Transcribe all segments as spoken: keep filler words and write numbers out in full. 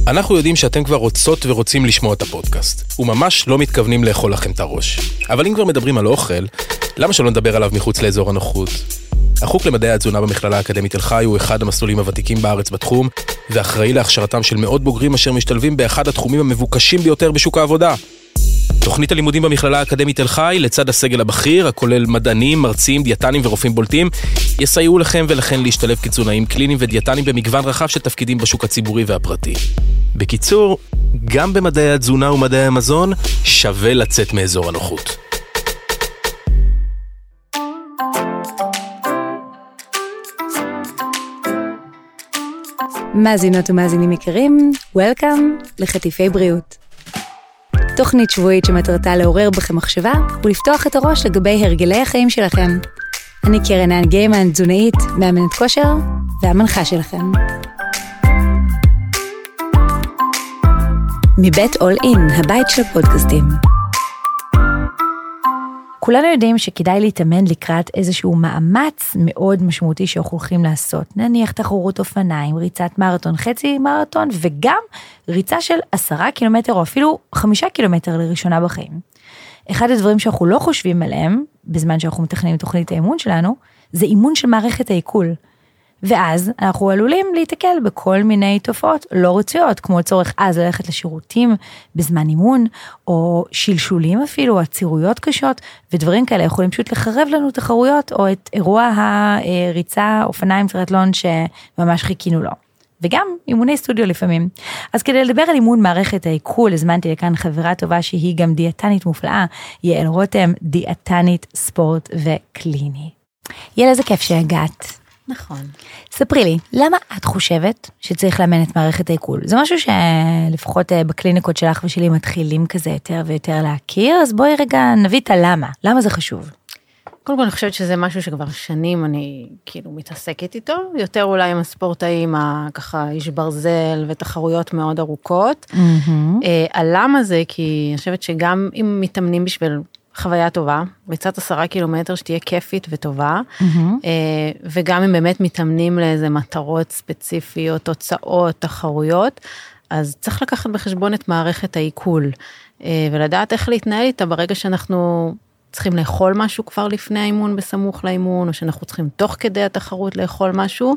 אנחנו יודעים שאתם כבר רוצות ורוצים לשמוע את הפודקאסט, וממש לא מתכוונים לאכול לכם את הראש. אבל אם כבר מדברים על אוכל, למה שלא נדבר עליו מחוץ לאזור הנוחות? החוג למדעי התזונה במכללה האקדמית תל חי הוא אחד המסלולים הוותיקים בארץ בתחום, ואחראי להכשרתם של מאות בוגרים אשר משתלבים באחד התחומים המבוקשים ביותר בשוק העבודה. תוכנית הלימודים במכללה האקדמית תל חי, לצד הסגל הבכיר, הכולל מדענים, מרצים, דיאטנים ורופאים בולטים, יסייעו לכם ולכן להשתלב כתזונאים קליניים ודיאטנים במגוון רחב של תפקידים בשוק הציבורי והפרטי. בקיצור, גם במדעי התזונה ומדעי המזון, שווה לצאת מאזור הנוחות. מאזינות ומאזינים יקרים, Welcome לחטיפי בריאות. תוכנית שבועית שמטרתה לעורר בכם מחשבה ולפתוח את הראש לגבי הרגלי החיים שלכם. אני קרן גיימן, תזונאית, מאמנת כושר והמנחה שלכם. מבית אול אין, הבית של פודקאסטים. כולנו יודעים שכדאי להתאמן לקראת איזשהו מאמץ מאוד משמעותי שאנחנו הולכים לעשות. נניח תחרות אופניים, ריצת מרתון, חצי מרתון, וגם ריצה של עשרה קילומטר או אפילו חמישה קילומטר לראשונה בחיים. אחד הדברים שאנחנו לא חושבים עליהם, בזמן שאנחנו מתכננים תוכנית האימון שלנו, זה אימון של מערכת העיכול. ואז אנחנו עלולים להתקל בכל מיני תופעות לא רצויות, כמו צורך אז ללכת לשירותים בזמן אימון, או שלשולים אפילו, עצירויות קשות, ודברים כאלה יכולים פשוט לחרב לנו תחרויות, או את אירוע הריצה אופניים טריאתלון שממש חיכינו לו. וגם אימוני סטודיו לפעמים. אז כדי לדבר על אימון מערכת העיכול, הזמנתי לכאן חברה טובה שהיא גם דיאטנית מופלאה, יעל רותם, דיאטנית ספורט וקליני. יעל, איזה כיף שהגעת. נכון. ספרי לי, למה את חושבת שצריך לאמן את מערכת העיכול? זה משהו שלפחות בקליניקות שלך ושלי מתחילים כזה יותר ויותר להכיר, אז בואי רגע נביא את הלמה. למה זה חשוב? קודם כל אני חושבת שזה משהו שכבר שנים אני כאילו מתעסקת איתו, יותר אולי עם הספורטאים, ככה איש ברזל ותחרויות מאוד ארוכות. Mm-hmm. הלמה זה? כי אני חושבת שגם אם מתאמנים בשביל חוויה טובה, ריצת עשרה קילומטר שתהיה כיפית וטובה, mm-hmm. וגם אם באמת מתאמנים לאיזה מטרות ספציפיות, תוצאות, תחרויות, אז צריך לקחת בחשבון את מערכת העיכול, ולדעת איך להתנהל איתה ברגע שאנחנו צריכים לאכול משהו כבר לפני האימון בסמוך לאימון, או שאנחנו צריכים תוך כדי התחרות לאכול משהו,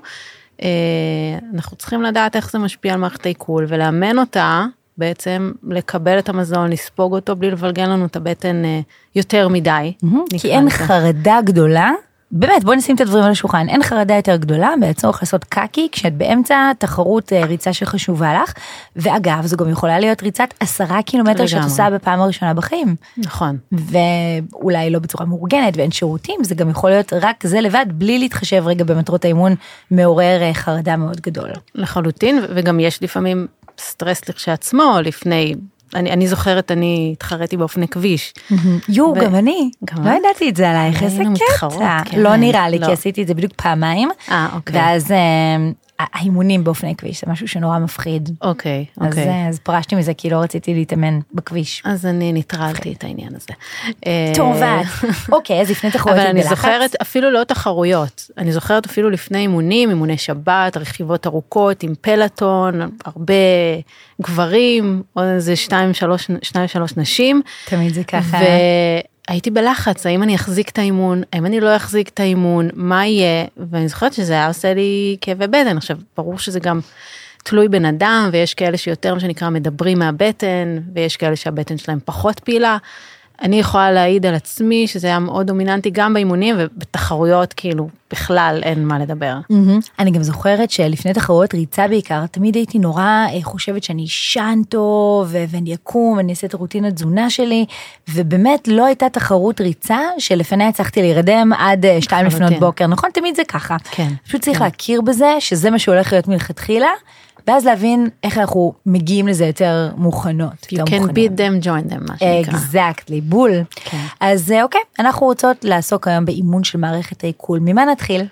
אנחנו צריכים לדעת איך זה משפיע על מערכת העיכול, ולאמן אותה, בעצם לקבל את המזון, לספוג אותו, בלי לבלגן לנו את הבטן יותר מדי. כי אין חרדה גדולה, באמת, בואי נשים את הדברים על השולחן, אין חרדה יותר גדולה, בצורך לעשות קקי, כשאת באמצע תחרות ריצה שחשובה לך, ואגב, זו גם יכולה להיות ריצת עשרה קילומטר שאת עושה בפעם הראשונה בחיים. נכון. ואולי לא בצורה מאורגנת, ואין שירותים, זה גם יכול להיות רק זה לבד, בלי להתחשב רגע במטרות האימון, מעורר חרדה מאוד גדול. לחלוטין, וגם יש לפעמים סטרס לכשעצמו, לפני, אני, אני זוכרת, אני התחרתי באופני כביש. יו, גם אני. לא ידעתי את זה עלייך, איזה קטע. לא נראה לי, כי עשיתי את זה בדיוק פעמיים. אה, אוקיי. ואז האימונים באופני כביש, זה משהו שנורא מפחיד. אוקיי, אוקיי. אז פרשתי מזה, כי לא רציתי להתאמן בכביש. אז אני ניטרלתי את העניין הזה. טוב, אוקיי, אז לפני תחרויות בלחץ. אבל אני זוכרת, אפילו לא תחרויות, אני זוכרת אפילו לפני אימונים, אימוני שבת, רכיבות ארוכות, עם פלטון, הרבה גברים, או איזה שתיים, שלוש, שתיים, שלוש נשים. תמיד זה ככה. הייתי בלחץ, האם אני אחזיק את האימון, האם אני לא אחזיק את האימון, מה יהיה, ואני זוכרת שזה היה עושה לי כאבי בטן. עכשיו, ברור שזה גם תלוי בן אדם, ויש כאלה שיותר מה שנקרא מדברים מהבטן, ויש כאלה שהבטן שלהם פחות פעילה. אני יכולה להעיד על עצמי שזה היה מאוד דומיננטי גם באימונים, ובתחרויות כאילו בכלל אין מה לדבר. אני גם זוכרת שלפני תחרויות ריצה בעיקר, תמיד הייתי נורא חושבת שאני אשן טוב, ואני אקום, ואני אעשה את הרוטינת תזונה שלי, ובאמת לא הייתה תחרות ריצה, שלפני הצלחתי להירדם עד שתיים לפנות בוקר, נכון? תמיד זה ככה. פשוט צריך להכיר בזה, שזה מה שהולך להיות מלכתחילה, ואז להבין איך אנחנו מגיעים לזה יותר מוכנות. You can beat them, join them, מה שנקרא. Exactly, בול. אז אוקיי, אנחנו רוצות לעסוק היום באימון של מערכת העיכול. ממה נתחיל?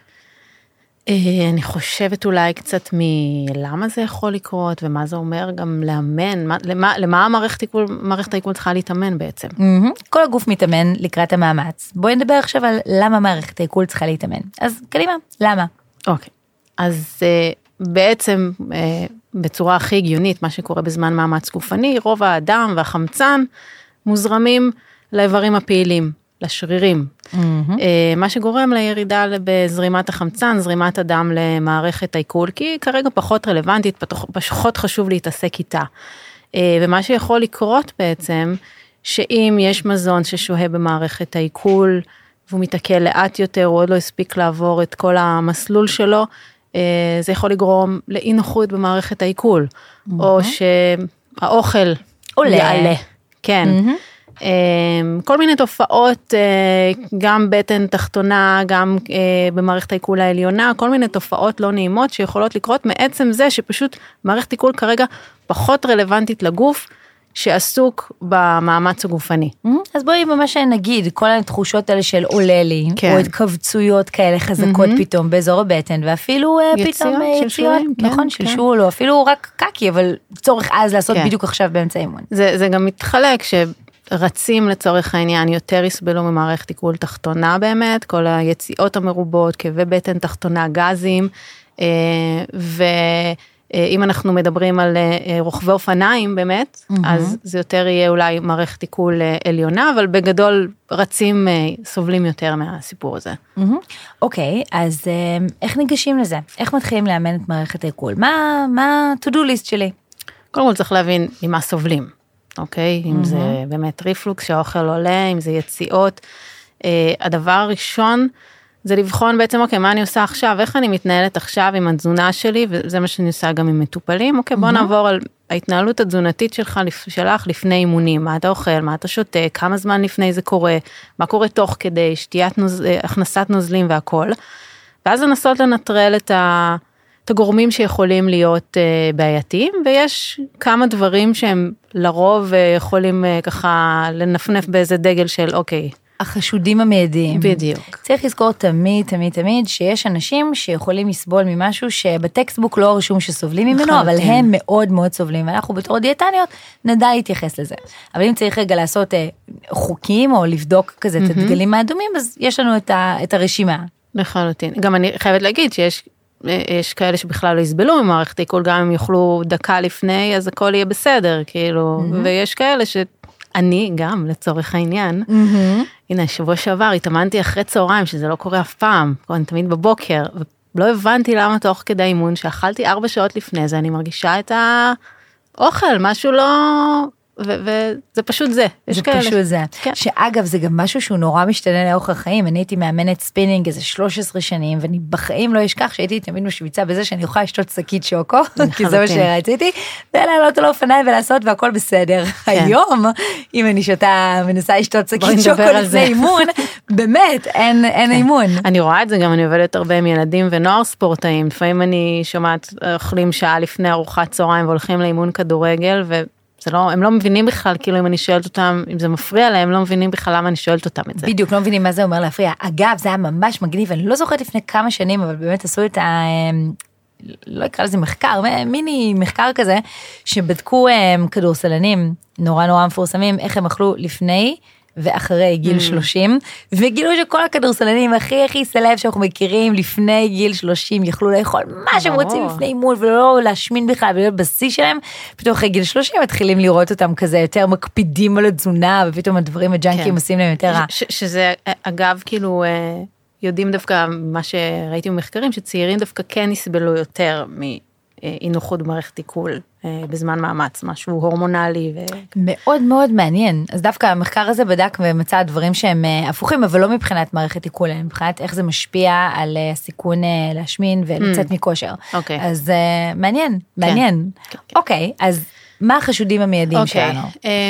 אני חושבת אולי קצת מלמה זה יכול לקרות, ומה זה אומר גם לאמן, למה מערכת העיכול צריכה להתאמן בעצם. כל הגוף מתאמן לקראת המאמץ. בואי נדבר עכשיו על למה מערכת העיכול צריכה להתאמן. אז קדימה, למה? אוקיי, אז בעצם בצורה הכי הגיונית, מה שקורה בזמן מאמץ גופני, רוב האדם והחמצן מוזרמים לאיברים הפעילים, לשרירים. Mm-hmm. מה שגורם לירידה בזרימת החמצן, זרימת הדם למערכת העיכול, כי היא כרגע פחות רלוונטית, פחות חשוב להתעסק איתה. ומה שיכול לקרות בעצם, שאם יש מזון ששוהה במערכת העיכול, והוא מתעכל לאט יותר, הוא עוד לא הספיק לעבור את כל המסלול שלו, זה יכול לגרום לאי נוחות במערכת העיכול, mm-hmm. או שהאוכל עולה. יעלה. כן. Mm-hmm. כל מיני תופעות, גם בטן תחתונה, גם במערכת העיכול העליונה, כל מיני תופעות לא נעימות שיכולות לקרות מעצם זה שפשוט מערכת עיכול כרגע פחות רלוונטית לגוף, שעסוק במאמץ הגופני. אז בואי ממש נגיד, כל התחושות האלה של עולה לי, כן. או התכווצויות כאלה חזקות mm-hmm. פתאום באזור הבטן, ואפילו יציאות, פתאום יציאות, כן, נכון, כן. שלשול, או אפילו רק קקי, אבל צורך אז לעשות כן. בדיוק עכשיו באמצע אימון. זה, זה גם מתחלק שרצים לצורך העניין, יותר יסבלו ממערכת עיכול תחתונה באמת, כל היציאות המרובות, כאבי בטן תחתונה, גזים, ו... אם אנחנו מדברים על רוכבי אופניים באמת, mm-hmm. אז זה יותר יהיה אולי מערכת עיכול עליונה, אבל בגדול רצים סובלים יותר מהסיפור הזה. אוקיי, mm-hmm. okay, אז איך ניגשים לזה? איך מתחילים לאמן את מערכת העיכול? מה, מה to-do list שלי? קודם כל צריך להבין ממה סובלים, אוקיי? Okay? אם mm-hmm. זה באמת ריפלוקס שהאוכל עולה, אם זה יציאות. הדבר הראשון, זה לבחון בעצם, אוקיי, מה אני עושה עכשיו, איך אני מתנהלת עכשיו עם התזונה שלי, וזה מה שאני עושה גם עם מטופלים, אוקיי, בוא נעבור על ההתנהלות התזונתית שלך, שלך לפני אימונים, מה אתה אוכל, מה אתה שותה, כמה זמן לפני זה קורה, מה קורה תוך כדי, שתיית נוז... הכנסת נוזלים והכל, ואז לנסות לנטרל את, ה... את הגורמים שיכולים להיות uh, בעייתיים, ויש כמה דברים שהם לרוב uh, יכולים uh, ככה לנפנף באיזה דגל של, אוקיי, החשודים המיידיים. בדיוק. צריך לזכור תמיד, תמיד, תמיד, שיש אנשים שיכולים לסבול ממשהו שבטקסטבוק לא רשום שסובלים ממנו, אבל הם מאוד מאוד סובלים, ואנחנו בתור דיאטניות נדע להתייחס לזה. אבל אם צריך רגע לעשות חוקים, או לבדוק כזה את הדגלים האדומים, אז יש לנו את הרשימה. לחלוטין. גם אני חייבת להגיד שיש יש כאלה שבכלל לא יסבלו ממערכת עיכול, גם אם יוכלו דקה לפני, אז הכל יהיה בסדר, כאילו, ויש כאלה ש... אני גם, לצורך העניין, mm-hmm. הנה, שבוע שעבר, התאמנתי אחרי צהריים, שזה לא קורה אף פעם, אני תמיד בבוקר, ולא הבנתי למה תוך כדי אימון, שאכלתי ארבע שעות לפני זה, אני מרגישה את האוכל, משהו לא... וזה פשוט זה. זה פשוט זה. שאגב, זה גם משהו שהוא נורא משתנה לאורך החיים. אני הייתי מאמנת ספינינג איזה שלוש עשרה שנים, ואני בחיים לא אשכח שהייתי תמיד משוויצה בזה שאני אוכל לשתות שקית שוקו, כי זה מה שרציתי, ולעלות על האופניים ולעשות והכל בסדר. היום, אם אני שותה, מנסה לשתות שקית שוקו לפני אימון, באמת, אין אימון. אני רואה את זה גם, אני עובדת הרבה עם ילדים ונוער ספורטאים. לפעמים אני שומעת, אוכלים שעה לפני ארוחת צהריים והולכים לאימון כדורגל, ו זה לא, הם לא מבינים בכלל, כאילו אם אני שואלת אותם, אם זה מפריע להם, לא מבינים בכלל למה אני שואלת אותם את זה. בדיוק, לא מבינים מה זה אומר להפריע. אגב, זה היה ממש מגניב, אני לא זוכרת לפני כמה שנים, אבל באמת עשו את ה... לא אקרא לזה מחקר, מיני מחקר כזה, שבדקו כדורסלנים נורא נורא מפורסמים, איך הם אכלו לפני ואחרי גיל שלושים, וגילו שכל הכדורסלנים הכי הכי סלב שאנחנו מכירים לפני גיל שלושים, יכלו לאכול מה שהם רוצים לפני אימון, ולא להשמין בכלל, ולהיות בשיא שלהם, פתאום אחרי גיל שלושים מתחילים לראות אותם כזה יותר מקפידים על התזונה, ופתאום הדברים הג'אנקים עושים להם יותר רע. שזה אגב כאילו יודעים דווקא מה שראיתי במחקרים, שצעירים דווקא כן יסבלו יותר מ... אי נוחות במערכת עיכול בזמן מאמץ, משהו הורמונלי. ו... מאוד מאוד מעניין. אז דווקא המחקר הזה בדק ומצא דברים שהם הפוכים, אבל לא מבחינת מערכת עיכול, אלא מבחינת איך זה משפיע על הסיכון להשמין ולצאת מכושר. אוקיי. אז מעניין, מעניין. אוקיי, אז מה החשודים המיידיים שלנו?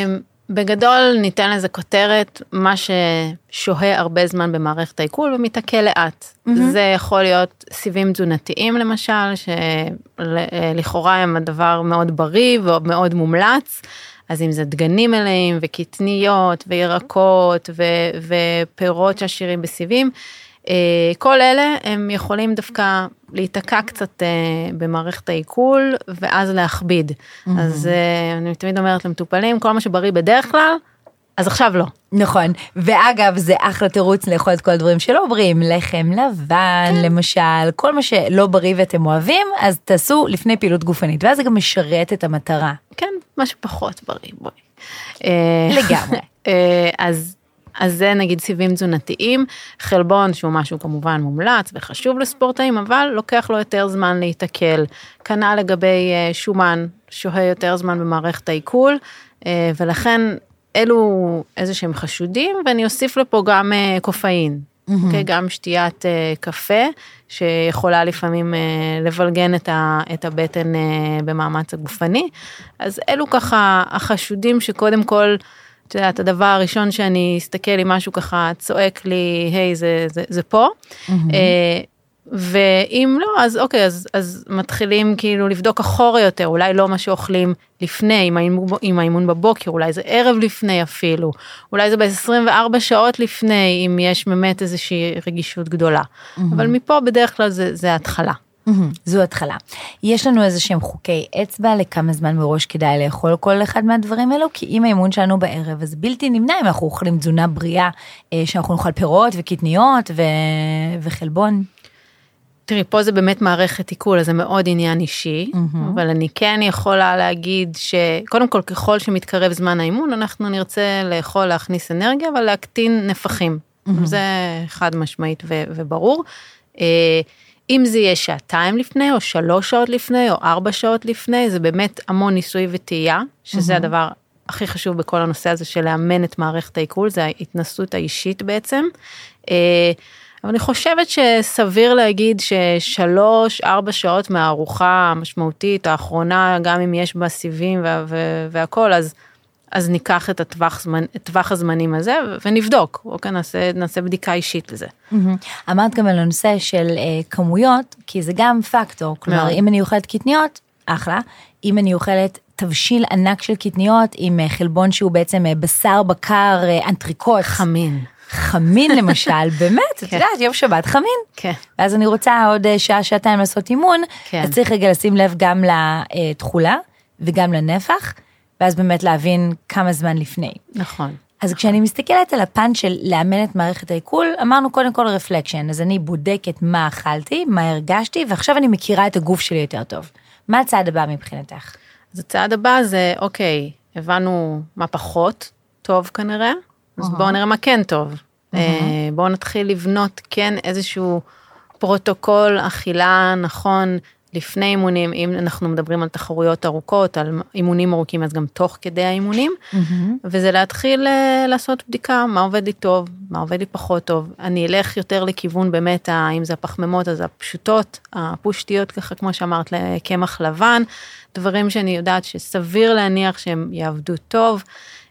בגדול ניתן לזה כותרת, מה ששוהה הרבה זמן במערכת העיכול ומתעכל לאט. Mm-hmm. זה יכול להיות סיבים תזונתיים למשל, שלכאורה הם הדבר מאוד בריא ומאוד מומלץ, אז אם זה דגנים מלאים וקטניות וירקות ו- ופירות שעשירים בסיבים, כל אלה הם יכולים דווקא להתעקע קצת במערכת העיכול, ואז להכביד. Mm-hmm. אז אני תמיד אומרת למטופלים, כל מה שבריא בדרך כלל, אז עכשיו לא. נכון, ואגב זה אחלה תירוץ לאכול את כל הדברים שלא בריאים, לחם לבן למשל, כל מה שלא בריא ואתם אוהבים, אז תעשו לפני פעילות גופנית, ואז זה גם משרת את המטרה. כן, מה שפחות בריא, בואי. לגמרי. אז אז זה נגיד סיבים תזונתיים, חלבון שהוא משהו כמובן מומלץ וחשוב לספורטאים, אבל לוקח לו יותר זמן להתעכל. כנ"ל לגבי שומן, שוהה יותר זמן במערכת העיכול, ולכן אלו איזה שהם חשודים, ואני אוסיף לפה גם קופאין, mm-hmm. okay, גם שתיית קפה, שיכולה לפעמים לבלגן את, ה, את הבטן במאמץ הגופני, אז אלו ככה החשודים שקודם כל, את יודעת, הדבר הראשון שאני אסתכל אם משהו ככה צועק לי, היי, זה, זה, זה פה, mm-hmm. ואם לא, אז אוקיי, אז, אז מתחילים כאילו לבדוק אחורה יותר, אולי לא מה שאוכלים לפני, עם האימון, עם האימון בבוקר, אולי זה ערב לפני אפילו, אולי זה ב-עשרים וארבע שעות לפני, אם יש באמת איזושהי רגישות גדולה. Mm-hmm. אבל מפה בדרך כלל זה, זה התחלה. Mm-hmm. זו התחלה. יש לנו איזה שהם חוקי אצבע, לכמה זמן מראש כדאי לאכול כל אחד מהדברים האלו, כי אם האימון שלנו בערב, אז בלתי נמנע אם אנחנו אוכלים תזונה בריאה, שאנחנו נאכל פירות וקטניות ו... וחלבון. תראי, פה זה באמת מערכת עיכול, אז זה מאוד עניין אישי, mm-hmm. אבל אני כן יכולה להגיד שקודם כל, ככל שמתקרב זמן האימון, אנחנו נרצה לאכול, להכניס אנרגיה, אבל להקטין נפחים. Mm-hmm. זה חד משמעית ו- וברור. אם זה יהיה שעתיים לפני, או שלוש שעות לפני, או ארבע שעות לפני, זה באמת המון ניסוי וטעייה, שזה mm-hmm. הדבר הכי חשוב בכל הנושא הזה, של לאמן את מערכת העיכול, זה ההתנסות האישית בעצם. אבל אני חושבת שסביר להגיד ששלוש, ארבע שעות מהארוחה המשמעותית, האחרונה, גם אם יש בה סיבים וה, והכל, אז, אז ניקח את הטווח, זמן, את טווח הזמנים הזה ונבדוק, אוקיי, נעשה, נעשה בדיקה אישית לזה. אמרת גם על הנושא של כמויות, כי זה גם פקטור, כלומר, אם אני אוכלת קטניות, אחלה, אם אני אוכלת תבשיל ענק של קטניות, עם חלבון שהוא בעצם בשר, בקר, אנטריקוט. חמין. חמין למשל, באמת, את יודעת, יום שבת חמין. כן. ואז אני רוצה עוד שעה, שעתיים לעשות אימון, אז צריך רגע לשים לב גם לתחולה, וגם לנפח, ואז באמת להבין כמה זמן לפני. נכון. אז כשאני מסתכלת על הפן של לאמן את מערכת העיכול, אמרנו קודם כל רפלקשן, אז אני בודקת מה אכלתי, מה הרגשתי, ועכשיו אני מכירה את הגוף שלי יותר טוב. מה הצעד הבא מבחינתך? אז הצעד הבא זה, אוקיי, הבנו מה פחות טוב כנראה, אז בואו נראה מה כן טוב. בואו נתחיל לבנות כן איזשהו פרוטוקול אכילה נכון לפני אימונים, אם אנחנו מדברים על תחרויות ארוכות, על אימונים ארוכים, אז גם תוך כדי האימונים, וזה להתחיל לעשות בדיקה, מה עובד לי טוב, מה עובד לי פחות טוב. אני אלך יותר לכיוון באמת, אם זה הפחמימות, אז הפשוטות, הפושטיות, ככה כמו שאמרת, לקמח לבן, דברים שאני יודעת שסביר להניח שהם יעבדו טוב,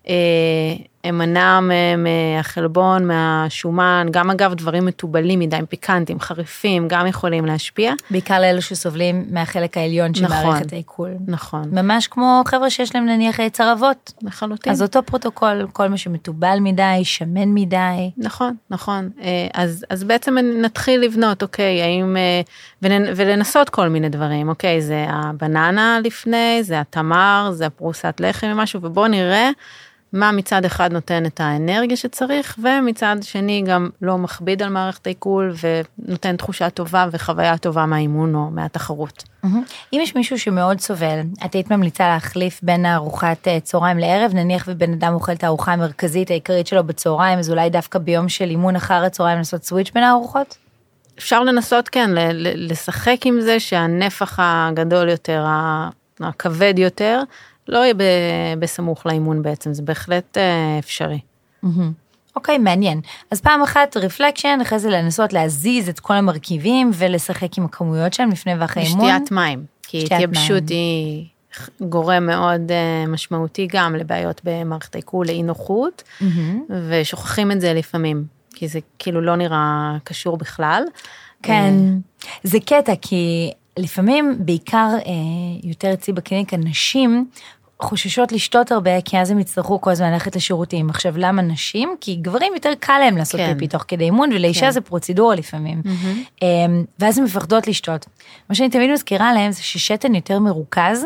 אמנה מהחלבון, מהשומן, גם אגב דברים מטובלים מדי, פיקנטים, חריפים, גם יכולים להשפיע. בעיקר לאלו שסובלים מהחלק העליון של נכון, מערכת העיכול. נכון. ממש כמו חבר'ה שיש להם נניח צרבות. לחלוטין. אז אותו פרוטוקול, כל מה שמטובל מדי, שמן מדי. נכון, נכון. אז, אז בעצם נתחיל לבנות, אוקיי, האם, ולנסות כל מיני דברים, אוקיי, זה הבננה לפני, זה התמר, זה הפרוסת לחם ומשהו, ובואו נראה, מה מצד אחד נותן את האנרגיה שצריך, ומצד שני גם לא מכביד על מערכת העיכול, ונותן תחושה טובה וחוויה טובה מהאימון או מהתחרות. אם יש מישהו שמאוד סובל, את היית ממליצה להחליף בין ארוחת צהריים לערב, נניח ובן אדם אוכל את הארוחה המרכזית העיקרית שלו בצהריים, אז אולי דווקא ביום של אימון אחר הצהריים לעשות סוויץ' בין הארוחות? אפשר לנסות, כן, לשחק עם זה שהנפח הגדול יותר, הכבד יותר, לא יהיה בסמוך לאימון בעצם, זה בהחלט אפשרי. אוקיי, מעניין. אז פעם אחת רפלקשן, אחרי זה לנסות להזיז את כל המרכיבים, ולשחק עם הכמויות שלהם לפני ואחרי אימון. ושתיית מים, כי התייבשות היא גורם מאוד משמעותי גם לבעיות במערכת העיכול, לאי נוחות, ושוכחים את זה לפעמים, כי זה כאילו לא נראה קשור בכלל. כן, זה קטע, כי לפעמים בעיקר יותר אצלי בקליניקה נשים, חוששות לשתות הרבה, כי אז הם יצטרכו כל הזמן ללכת לשירותים. עכשיו, למה נשים? כי גברים יותר קל להם לעשות כן. פיפי תוך כדי אימון, ולאישה כן. זה פרוצדורה לפעמים. Mm-hmm. ואז הן מפחדות לשתות. מה שאני תמיד מזכירה להם, זה ששתן יותר מרוכז,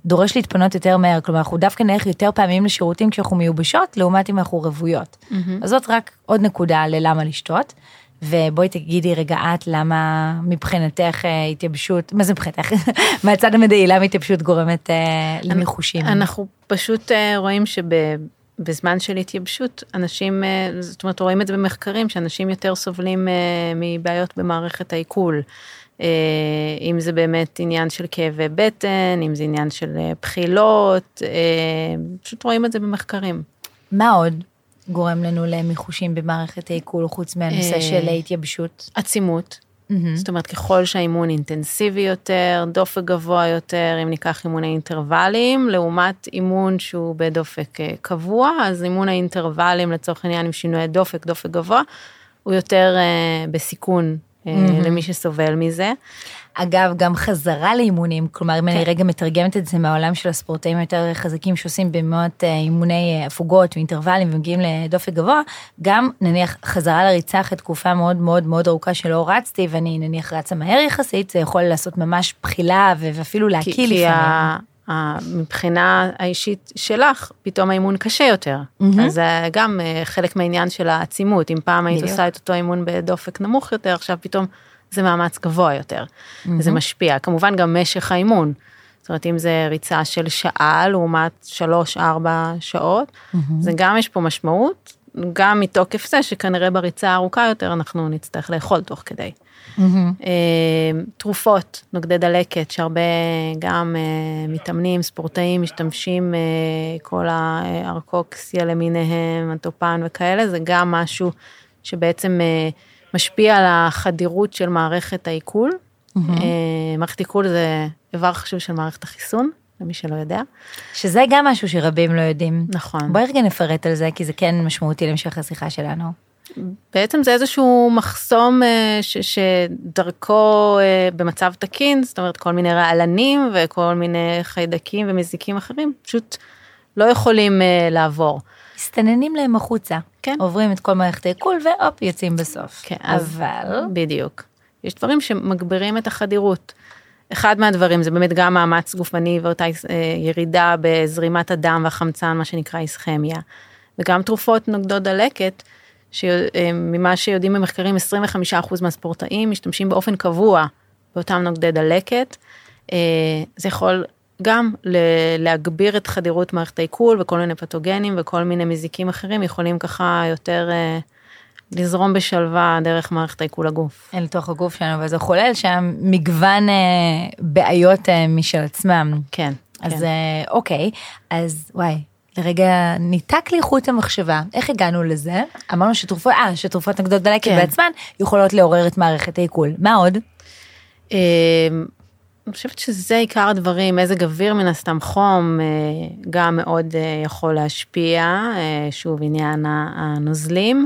דורש להתפנות יותר מהר, כלומר, אנחנו דווקא נלך יותר פעמים לשירותים כשאנחנו מיובשות, לעומת אם אנחנו רבויות. Mm-hmm. אז זאת רק עוד נקודה ללמה לשתות, ובואי תגידי רגע את, למה מבחינתך התייבשות, מה זה מבחינתך? מהצד המדעי, למה התייבשות גורמת לניחושים? אנחנו פשוט רואים שבזמן של התייבשות, אנשים, זאת אומרת, רואים את זה במחקרים, שאנשים יותר סובלים מבעיות במערכת העיכול, אם זה באמת עניין של כאבי בטן, אם זה עניין של בחילות, פשוט רואים את זה במחקרים. מה עוד גורם לנו למיחושים במערכת העיכול, חוץ מהנושא של התייבשות? עצימות. זאת אומרת, ככל שהאימון אינטנסיבי יותר, דופק גבוה יותר, אם ניקח אימוני אינטרוולים, לעומת אימון שהוא בדופק קבוע, אז אימון האינטרוולים לצורך העניין עם שינוי דופק, דופק גבוה, הוא יותר בסיכון למי שסובל מזה. אגב, גם חזרה לאימונים, כלומר, אם אני רגע מתרגמת את זה מהעולם של הספורטאים יותר חזקים שעושים במאות אימוני הפוגות ואינטרוולים ומגיעים לדופק גבוה, גם נניח חזרה לריצה אחרי תקופה מאוד מאוד מאוד ארוכה שלא רצתי, ואני נניח רצה מהר יחסית, זה יכול לעשות ממש בחילה ואפילו להקיל לפעמים. מבחינה האישית שלך, פתאום האימון קשה יותר. אז זה גם חלק מהעניין של העצימות. אם פעם היית עושה את אותו אימון בדופק נמוך יותר, עכשיו פתאום זה מאמץ גבוה יותר. זה משפיע. כמובן גם משך האימון. זאת אומרת, אם זה ריצה של שעה, לעומת שלוש, ארבע שעות, זה גם יש פה משמעות, גם מתוקף זה שכנראה בריצה הארוכה יותר, אנחנו נצטרך לאכול תוך כדי. תרופות, נוגדי דלקת, שהרבה גם מתאמנים, ספורטאים, משתמשים כל הארקוקסיה למיניהם, הטופן וכאלה, זה גם משהו שבעצם משפיע על החדירות של מערכת העיכול. מערכת עיכול זה איבר חשוב של מערכת החיסון, למי שלא יודע. שזה גם משהו שרבים לא יודעים. נכון. בואי רגע נפרט על זה, כי זה כן משמעותי להמשך השיחה שלנו. בעצם זה איזשהו מחסום ש, שדרכו במצב תקין, זאת אומרת כל מיני רעלנים וכל מיני חיידקים ומזיקים אחרים, פשוט לא יכולים לעבור. מסתננים להם החוצה. כן. עוברים את כל מערכת העיכול ואופ, יוצאים בסוף. כן. אבל... בדיוק. יש דברים שמגבירים את החדירות. אחד מהדברים זה באמת גם מאמץ גופני ואותה ירידה בזרימת הדם והחמצן, מה שנקרא איסכמיה. וגם תרופות נוגדות דלקת, שממה שיודעים במחקרים, עשרים וחמישה אחוז מהספורטאים משתמשים באופן קבוע באותם נוגדי דלקת. זה יכול גם להגביר את חדירות מערכת העיכול, וכל מיני פתוגנים וכל מיני מזיקים אחרים, יכולים ככה יותר לזרום בשלווה דרך מערכת העיכול הגוף. אל תוך הגוף שלנו, וזה חולל שם מגוון בעיות משל עצמם. כן. אז כן. אוקיי, אז וואי. לרגע ניתק לי חוט המחשבה, איך הגענו לזה? אמרנו שתרופות, אה, שתרופות נוגדות דלקת כן. בעצמן, יכולות לעורר את מערכת העיכול. מה עוד? אני חושבת שזה עיקר הדברים, מזג אוויר מן הסתם חום, גם מאוד יכול להשפיע, שוב עניין הנוזלים,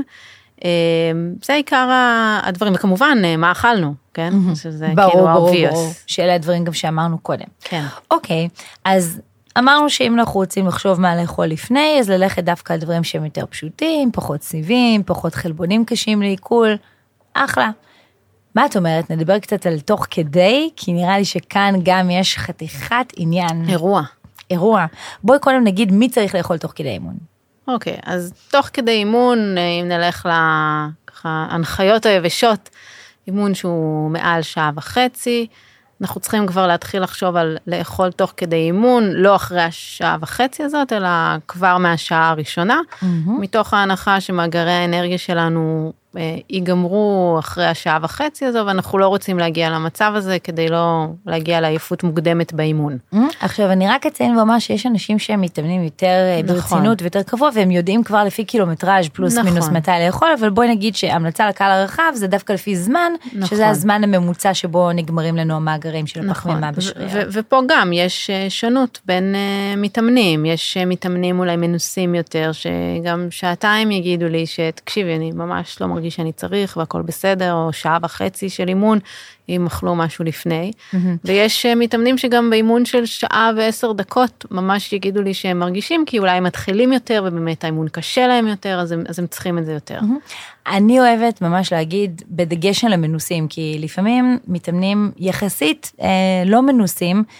זה עיקר הדברים, וכמובן מה אכלנו, כן? שזה ברור, כאילו ברור, obvious. ברור, שאלה הדברים גם שאמרנו קודם. כן. אוקיי, אז... אמרנו שאם אנחנו רוצים לחשוב מה לאכול לפני, אז ללכת דווקא על דברים שהם יותר פשוטים, פחות סיבים, פחות חלבונים קשים לעיכול, אחלה. מה את אומרת? נדבר קצת על תוך כדי, כי נראה לי שכאן גם יש חתיכת עניין. אירוע. אירוע. בואי קודם נגיד מי צריך לאכול תוך כדי אימון. אוקיי, אז תוך כדי אימון, אם נלך להנחיות היבשות, אימון שהוא מעל שעה וחצי, אנחנו צריכים כבר להתחיל לחשוב על לאכול תוך כדי אימון, לא אחרי השעה וחצי הזאת, אלא כבר מהשעה הראשונה, mm-hmm. מתוך ההנחה שמאגרי האנרגיה שלנו אה, ייגמרו אחרי השעה וחצי הזו, ואנחנו לא רוצים להגיע למצב הזה, כדי לא להגיע לעייפות מוקדמת באימון. Mm-hmm. עכשיו, אני רק אציין ואומר שיש אנשים שהם מתאמנים יותר נכון. ברצינות ויותר קבוע, והם יודעים כבר לפי קילומטראז' פלוס נכון. מינוס מתי לאכול, אבל בואי נגיד שהמלצה לקהל הרחב, זה דווקא לפי זמן, נכון. שזה הזמן הממוצע שבו נגמרים לנו המאגרים של הפחמימה בשריר. ו- ו- ופה גם יש שונות בין uh, מתאמנים, יש uh, מתאמנים אולי מנוסים יותר, שגם שעתיים יגידו לי שתקשיבי, אני ממש לא מרגיש שאני צריך, והכל בסדר, או שעה וחצי של אימון, אם אכלו משהו לפני, mm-hmm. ויש uh, מתאמנים שגם באימון של שעה ועשר דקות, ממש יגידו לי שהם מרגישים, כי אולי הם מתחילים יותר, ובאמת האימון קשה להם יותר, אז הם, אז הם צריכים את זה יותר. Mm-hmm. אני אוהבת ממש להגיד, בדגש על המנוסים, כי לפעמים מתאמנים יחסית אה, לא מנוסים,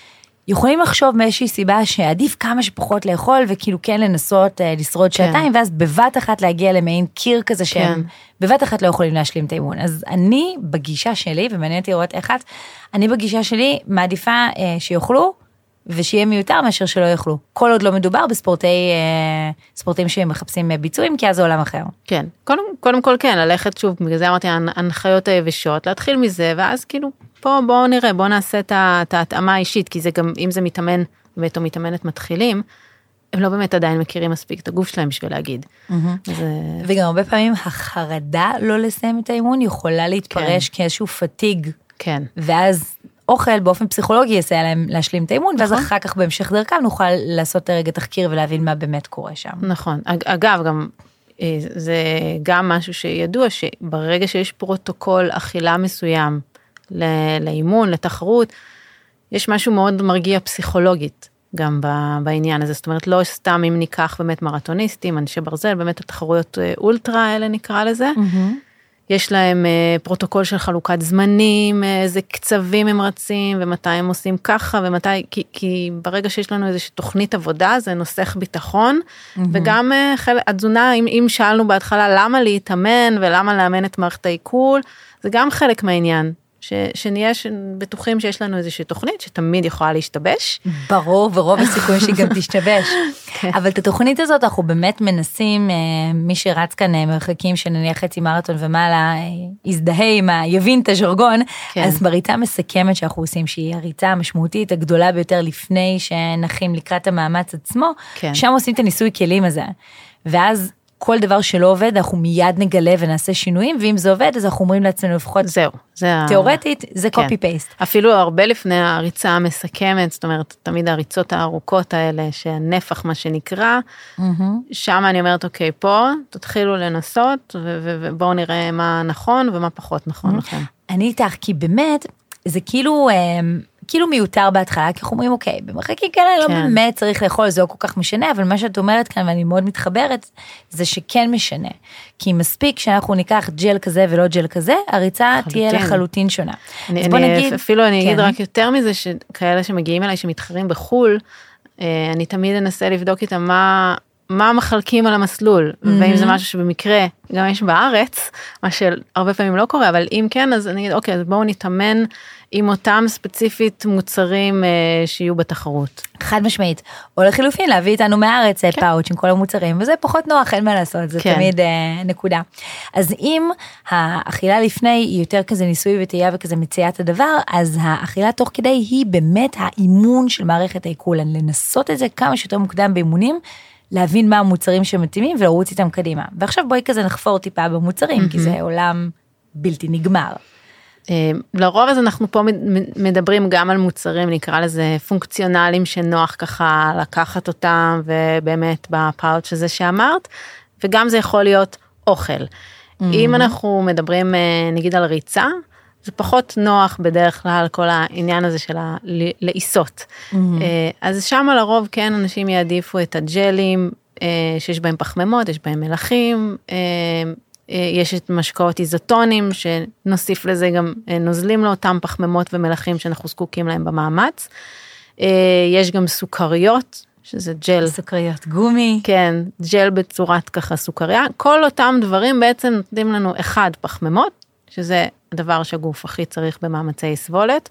יכולים לחשוב מאיזושהי סיבה שעדיף כמה שפחות לאכול, וכאילו כן לנסות אה, לשרוד כן. שעתיים, ואז בבת אחת להגיע למעין קיר כזה, שהם כן. בבת אחת לא יכולים להשלים את האימון. אז אני בגישה שלי, ומעניין אותי לראות איך את, אני בגישה שלי מעדיפה אה, שיוכלו, ושיהיה מיותר מאשר שלא יוכלו. כל עוד לא מדובר בספורטי, אה, ספורטים שמחפשים ביצועים, כי אז זה עולם אחר. כן, קודם, קודם כל כן, ללכת שוב, בגלל זה אמרתי, ההנחיות היבשות, להתחיל מזה, ואז כאילו, פה בואו נראה, בואו נעשה את ההתאמה האישית, כי זה גם, אם זה מתאמן, באמת או מתאמנת מתחילים, הם לא באמת עדיין מכירים מספיק את הגוף שלהם בשביל להגיד. זה... וגם הרבה פעמים החרדה לא לסיים את האימון, יכולה להתפרש כן. כאיזשהו פתיג. כן. ואז אוכל באופן פסיכולוגי יסייע להם להשלים את האימון, ואז אחר כך בהמשך דרכם נוכל לעשות רגע תחקיר ולהבין מה באמת קורה שם. נכון. אגב, גם זה גם משהו שידוע, שברגע שיש פרוטוקול אכילה מסוים לאימון, לתחרות, יש משהו מאוד מרגיע פסיכולוגית גם בעניין הזה. זאת אומרת, לא סתם אם ניקח באמת מרתוניסטים, אנשי ברזל, באמת התחרויות אולטרה האלה נקרא לזה, יש להם פרוטוקול של חלוקת זמנים, איזה קצבים הם רצים, ומתי הם עושים ככה, ומתי, כי, כי ברגע שיש לנו איזושהי תוכנית עבודה, זה נוסח ביטחון, mm-hmm. וגם חלק, התזונה, אם, אם שאלנו בהתחלה, למה להתאמן, ולמה לאמן את מערכת העיכול, זה גם חלק מהעניין, ש, שנהיה בטוחים שיש לנו איזושהי תוכנית, שתמיד יכולה להשתבש. ברור, ורוב הסיכוי שהיא גם תשתבש. אבל את התוכנית הזאת אנחנו באמת מנסים, מי שרץ כאן מרחקים שנניח חצי מרתון ומעלה, יזדהה עם ה... יבין את הז'רגון, אז בריצה המסכמת שאנחנו עושים, שהיא הריצה המשמעותית הגדולה ביותר לפני שנחים לקראת המאמץ עצמו, שם עושים את הניסוי כלים הזה. ואז כל דבר שלא עובד, אנחנו מיד נגלה ונעשה שינויים, ואם זה עובד, אז אנחנו אומרים לעצמנו לפחות, זהו, זה תיאורטית, זה קופי פייסט. אפילו הרבה לפני הריצה המסכמת, זאת אומרת, תמיד הריצות הארוכות האלה, שהנפח מה שנקרא, שם אני אומרת, אוקיי, פה, תתחילו לנסות, ובואו נראה מה נכון ומה פחות נכון לכם. אני איתך, כי באמת, זה כאילו... כאילו מיותר בהתחלה, כי אנחנו אומרים, אוקיי, במרחקים כאלה לא באמת צריך לאכול, זה לא כל כך משנה, אבל מה שאת אומרת כאן, ואני מאוד מתחברת, זה שכן משנה. כי מספיק שאנחנו ניקח ג'ל כזה ולא ג'ל כזה, הריצה תהיה לחלוטין שונה. אז בוא נגיד... אפילו אני אגיד רק יותר מזה, שכאלה שמגיעים אליי, שמתחרים בחול, אני תמיד אנסה לבדוק איתם מה... מה מחלקים על המסלול, mm-hmm. ואם זה משהו שבמקרה גם יש בארץ, מה שהרבה פעמים לא קורה, אבל אם כן, אז אני אגיד, אוקיי, אז בואו נתאמן עם אותם ספציפית מוצרים אה, שיהיו בתחרות. חד משמעית, או לחילופין, להביא איתנו מהארץ כן. פאוץ' עם כל המוצרים, וזה פחות נוח, אין מה לעשות, זה כן. תמיד אה, נקודה. אז אם האכילה לפני היא יותר כזה ניסוי וטעייה וכזה מציאת הדבר, אז האכילה תוך כדי היא באמת האימון של מערכת העיכול, לנסות את זה כמה שיותר מוקדם באימונים, להבין מה המוצרים שמתאימים ולרוץ איתם קדימה. ועכשיו בואי כזה נחפור טיפה במוצרים, mm-hmm. כי זה עולם בלתי נגמר. לרוב אז אנחנו פה מדברים גם על מוצרים, נקרא לזה פונקציונליים שנוח ככה לקחת אותם, ובאמת בפאוץ' הזה שאמרת, וגם זה יכול להיות אוכל. Mm-hmm. אם אנחנו מדברים נגיד על ריצה, זה פחות נוח בדרך כלל כל העניין הזה של לעיסות. Mm-hmm. אז שם לרוב כן אנשים יעדיפו את הג'לים, שיש בהם פחמימות, יש בהם מלחים, יש את משקאות איזוטונים, שנוסיף לזה גם נוזלים לאותם פחמימות ומלחים שאנחנו זקוקים להם במאמץ. יש גם סוכריות, שזה ג'ל. סוכריות גומי. כן, ג'ל בצורת ככה סוכריה. כל אותם דברים בעצם נותנים לנו אחד פחמימות, שזה הדבר שהגוף הכי צריך במאמצי סבולת.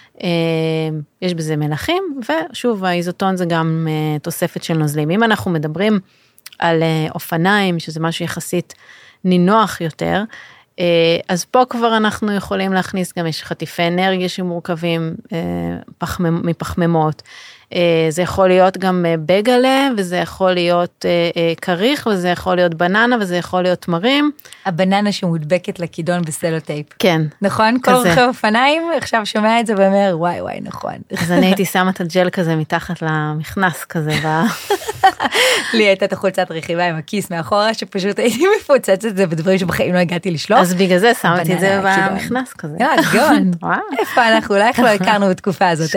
יש בזה מלחים, ושוב, האיזוטון זה גם תוספת של נוזלים. אם אנחנו מדברים על אופניים, שזה משהו יחסית נינוח יותר, אז פה כבר אנחנו יכולים להכניס גם יש חטיפי אנרגיה שמורכבים מפחמימות. זה יכול להיות גם בגלה, וזה יכול להיות קריך, וזה יכול להיות בננה, וזה יכול להיות תמרים. הבננה שמודבקת לכידון בסלוטייפ. כן. נכון? כל רוכב אופניים, עכשיו שומע את זה ואומר, וואי וואי, נכון. אז אני הייתי שמה את הג'ל כזה מתחת למכנס כזה. לי הייתה את החולצת רכיבה עם הכיס מאחורה, שפשוט הייתי מפוצצת את זה בדברים שבחיים לא הגעתי לשלוח. אז בגלל זה שמתי את זה במכנס כזה. אה, גאון. איפה אנחנו? אולי איך לא הכרנו בתקופה הזאת.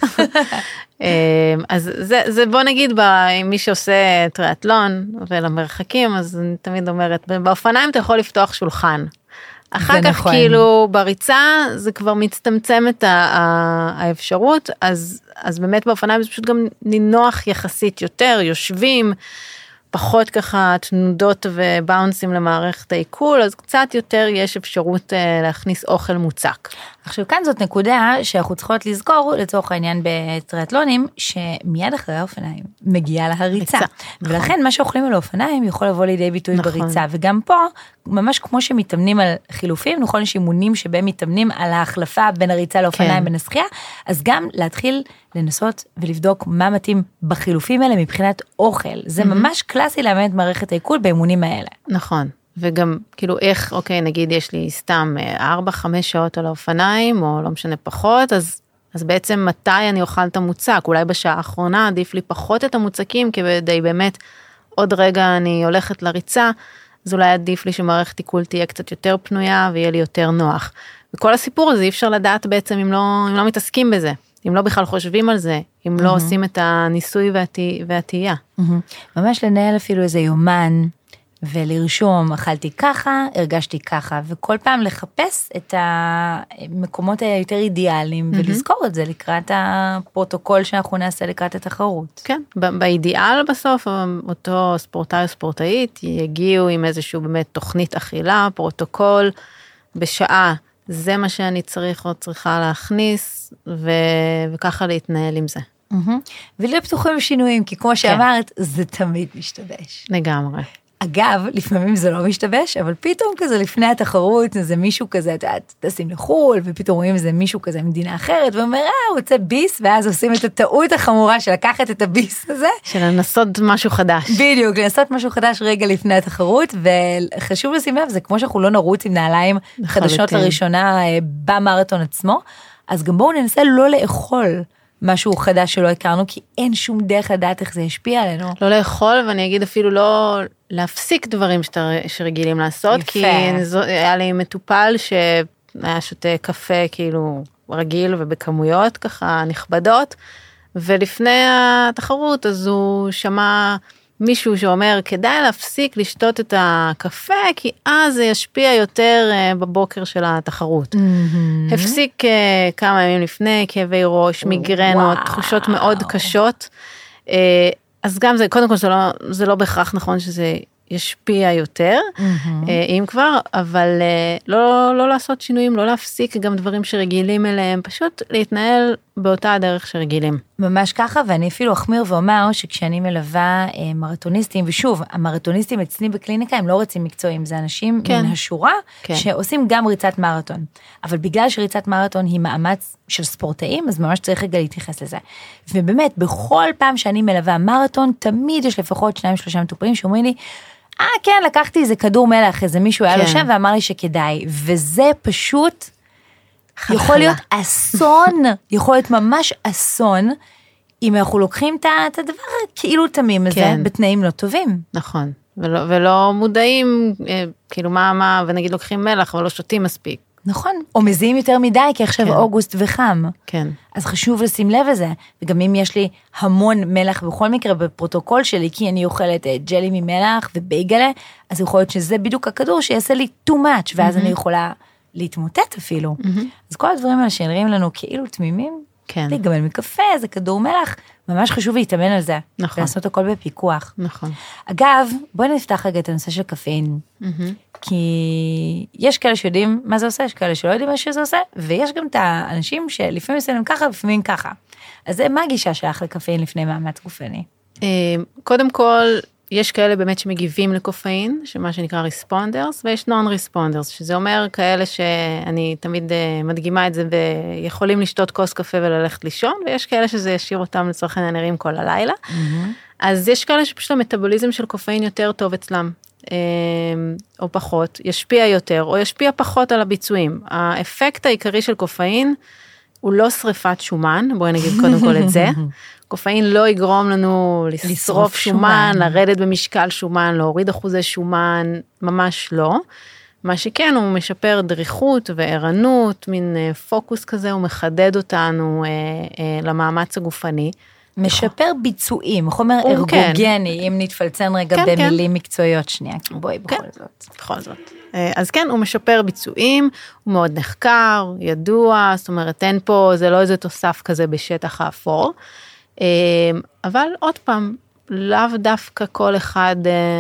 אז זה, זה בוא נגיד, מי שעושה טריאטלון ולמרחקים, אז אני תמיד אומרת, באופניים אתה יכול לפתוח שולחן, אחר כך נכון. כאילו בריצה זה כבר מצטמצם את האפשרות, אז, אז באמת באופניים זה פשוט גם נינוח יחסית יותר, יושבים, פחות ככה תנודות ובאונסים למערכת העיכול, אז קצת יותר יש אפשרות להכניס אוכל מוצק. עכשיו כאן זאת נקודה שאנחנו צריכות לזכור לצורך העניין בטריאטלונים, שמיד אחרי האופניים מגיעה להריצה, ריצה, ולכן נכון. מה שאוכלים על האופניים יכול לבוא לידי ביטוי נכון. בריצה, וגם פה ממש כמו שמתאמנים על חילופים, נכון יש אימונים שבהם מתאמנים על ההחלפה בין הריצה לאופניים כן. בין השחייה, אז גם להתחיל לנסות ולבדוק מה מתאים בחילופים האלה מבחינת אוכל, זה mm-hmm. ממש קלאסי לאמן את מערכת העיכול באימונים האלה. נכון. וגם כאילו איך, אוקיי, נגיד יש לי סתם ארבע, חמש שעות על האופניים, או לא משנה פחות, אז, אז בעצם מתי אני אוכל את המוצק? אולי בשעה האחרונה עדיף לי פחות את המוצקים, כדי באמת עוד רגע אני הולכת לריצה, אז אולי עדיף לי שמערכת עיכול תהיה קצת יותר פנויה, ויהיה לי יותר נוח. וכל הסיפור הזה אי אפשר לדעת בעצם אם לא, אם לא מתעסקים בזה, אם לא בכלל חושבים על זה, אם לא עושים את הניסוי והתהייה. ממש לנהל אפילו איזה יומן, ולרשום, אכלתי ככה, הרגשתי ככה, וכל פעם לחפש את המקומות היותר אידיאליים, ולזכור את זה לקראת הפרוטוקול שאנחנו נעשה לקראת התחרות. כן, באידיאל בסוף, אותו ספורטאי או ספורטאית, יגיעו עם איזשהו באמת תוכנית אכילה, פרוטוקול, בשעה, זה מה שאני צריך או צריכה להכניס, וככה להתנהל עם זה. ולהיות פתוחים לשינויים, כי כמו שאמרת, זה תמיד משתבש. לגמרי. אגב, לפעמים זה לא משתבש, אבל פתאום כזה לפני התחרות, זה מישהו כזה, אתה טסים לחול, ופתאום רואים איזה מישהו כזה ממדינה אחרת, ואומר, אה, הוא רוצה ביס, ואז עושים את הטעות החמורה של לקחת את הביס הזה. של לנסות משהו חדש. בדיוק, לנסות משהו חדש רגע לפני התחרות, וחשוב לשים לב, זה כמו שאנחנו לא נרוץ עם נעליים חדשות לראשונה במרתון עצמו, אז גם בואו ננסה לא לאכול משהו חדש שלא הכרנו, כי אין שום דרך לדעת איך זה ישפיע עלינו. לא לאכול, ואני אגיד אפילו לא להפסיק דברים שאתה, שרגילים לעשות, יפה. כי היה לי מטופל שהיה שותה קפה כאילו רגיל ובכמויות ככה נכבדות, ולפני התחרות אז הוא שמע מישהו שאומר, כדאי להפסיק לשתות את הקפה, כי אז זה ישפיע יותר בבוקר של התחרות. Mm-hmm. הפסיק כמה ימים לפני, כאבי ראש, מיגרנות, וואו. תחושות מאוד קשות. אז גם זה, קודם כל זה לא, זה לא בהכרח נכון שזה ישפיע יותר, mm-hmm. אם כבר, אבל לא, לא לעשות שינויים, לא להפסיק גם דברים שרגילים אליהם, פשוט להתנהל באותה הדרך שרגילים. ממש ככה, ואני אפילו אחמיר ואומר שכשאני מלווה אה, מרתוניסטים, ושוב, המרתוניסטים אצלי בקליניקה הם לא רצים מקצועיים, זה אנשים כן. מן השורה, כן. שעושים גם ריצת מרתון. אבל בגלל שריצת מרתון היא מאמץ של ספורטאים, אז ממש צריך רגע להתייחס לזה. ובאמת, בכל פעם שאני מלווה מרתון, תמיד יש לפחות שניים שלושה מטופלים שאומרים לי, אה כן, לקחתי איזה כדור מלח, איזה מישהו היה לו שם ואמר לי שכדאי, וזה פשוט יכול להיות אסון, יכול להיות ממש אסון, אם אנחנו לוקחים את הדבר כאילו תמים הזה, בתנאים לא טובים. נכון, ולא מודעים, כאילו מה, מה, ונגיד לוקחים מלח, אבל לא שותים מספיק. נכון, או מזיעים יותר מדי, כי עכשיו כן. אוגוסט וחם. כן. אז חשוב לשים לב לזה, וגם אם יש לי המון מלח, בכל מקרה בפרוטוקול שלי, כי אני אוכלת ג'לי ממלח ובייגלה, אז יכול להיות שזה בדיוק הכדור שיעשה לי too much, ואז mm-hmm. אני יכולה להתמוטט אפילו. Mm-hmm. אז כל הדברים האלה שנראים לנו כאילו תמימים, כן. להיגמל מקפה, זה כדור מלח, ממש חשוב להתאמן על זה. נכון. לעשות הכל בפיקוח. נכון. אגב, בואי נפתח רגע את הנושא של קפאין. Mm-hmm. כי יש כאלה שיודעים מה זה עושה, יש כאלה שלא יודעים מה שזה עושה, ויש גם את האנשים שלפעמים מסיימים ככה, ולפעמים ככה. אז מה הגישה שלך לקפאין לפני מאמץ גופני? קודם כל, יש כאלה באמת שמגיבים לקופאין, שמה שנקרא ריספונדרס, ויש נון ריספונדרס, שזה אומר כאלה שאני תמיד מדגימה את זה, ויכולים לשתות כוס קפה וללכת לישון, ויש כאלה שזה ישאיר אותם לצורך העניין ערים כל הלילה. אז יש כאלה שפשוט המטאבוליזם של קופאין יותר טוב אצלם, או פחות, ישפיע יותר, או ישפיע פחות על הביצועים. האפקט העיקרי של קופאין, הוא לא שריפת שומן, בואי נגיד קודם כל את זה, קופאין לא יגרום לנו לשרוף שומן, לרדת במשקל שומן, להוריד אחוזי שומן, ממש לא. מה שכן, הוא משפר דריכות וערנות, מין פוקוס כזה, הוא מחדד אותנו אה, אה, למאמץ הגופני, משפר ביצועים, חומר הוא, ארגוגני, כן. אם נתפלצן רגע כן, במילים כן. מקצועיות שנייה, כי בואי בכל כן. זאת. בכל זאת. אז כן, הוא משפר ביצועים, הוא מאוד נחקר, ידוע, זאת אומרת, אין פה, זה לא איזה תוסף כזה בשטח האפור, אבל עוד פעם, לאו דווקא כל אחד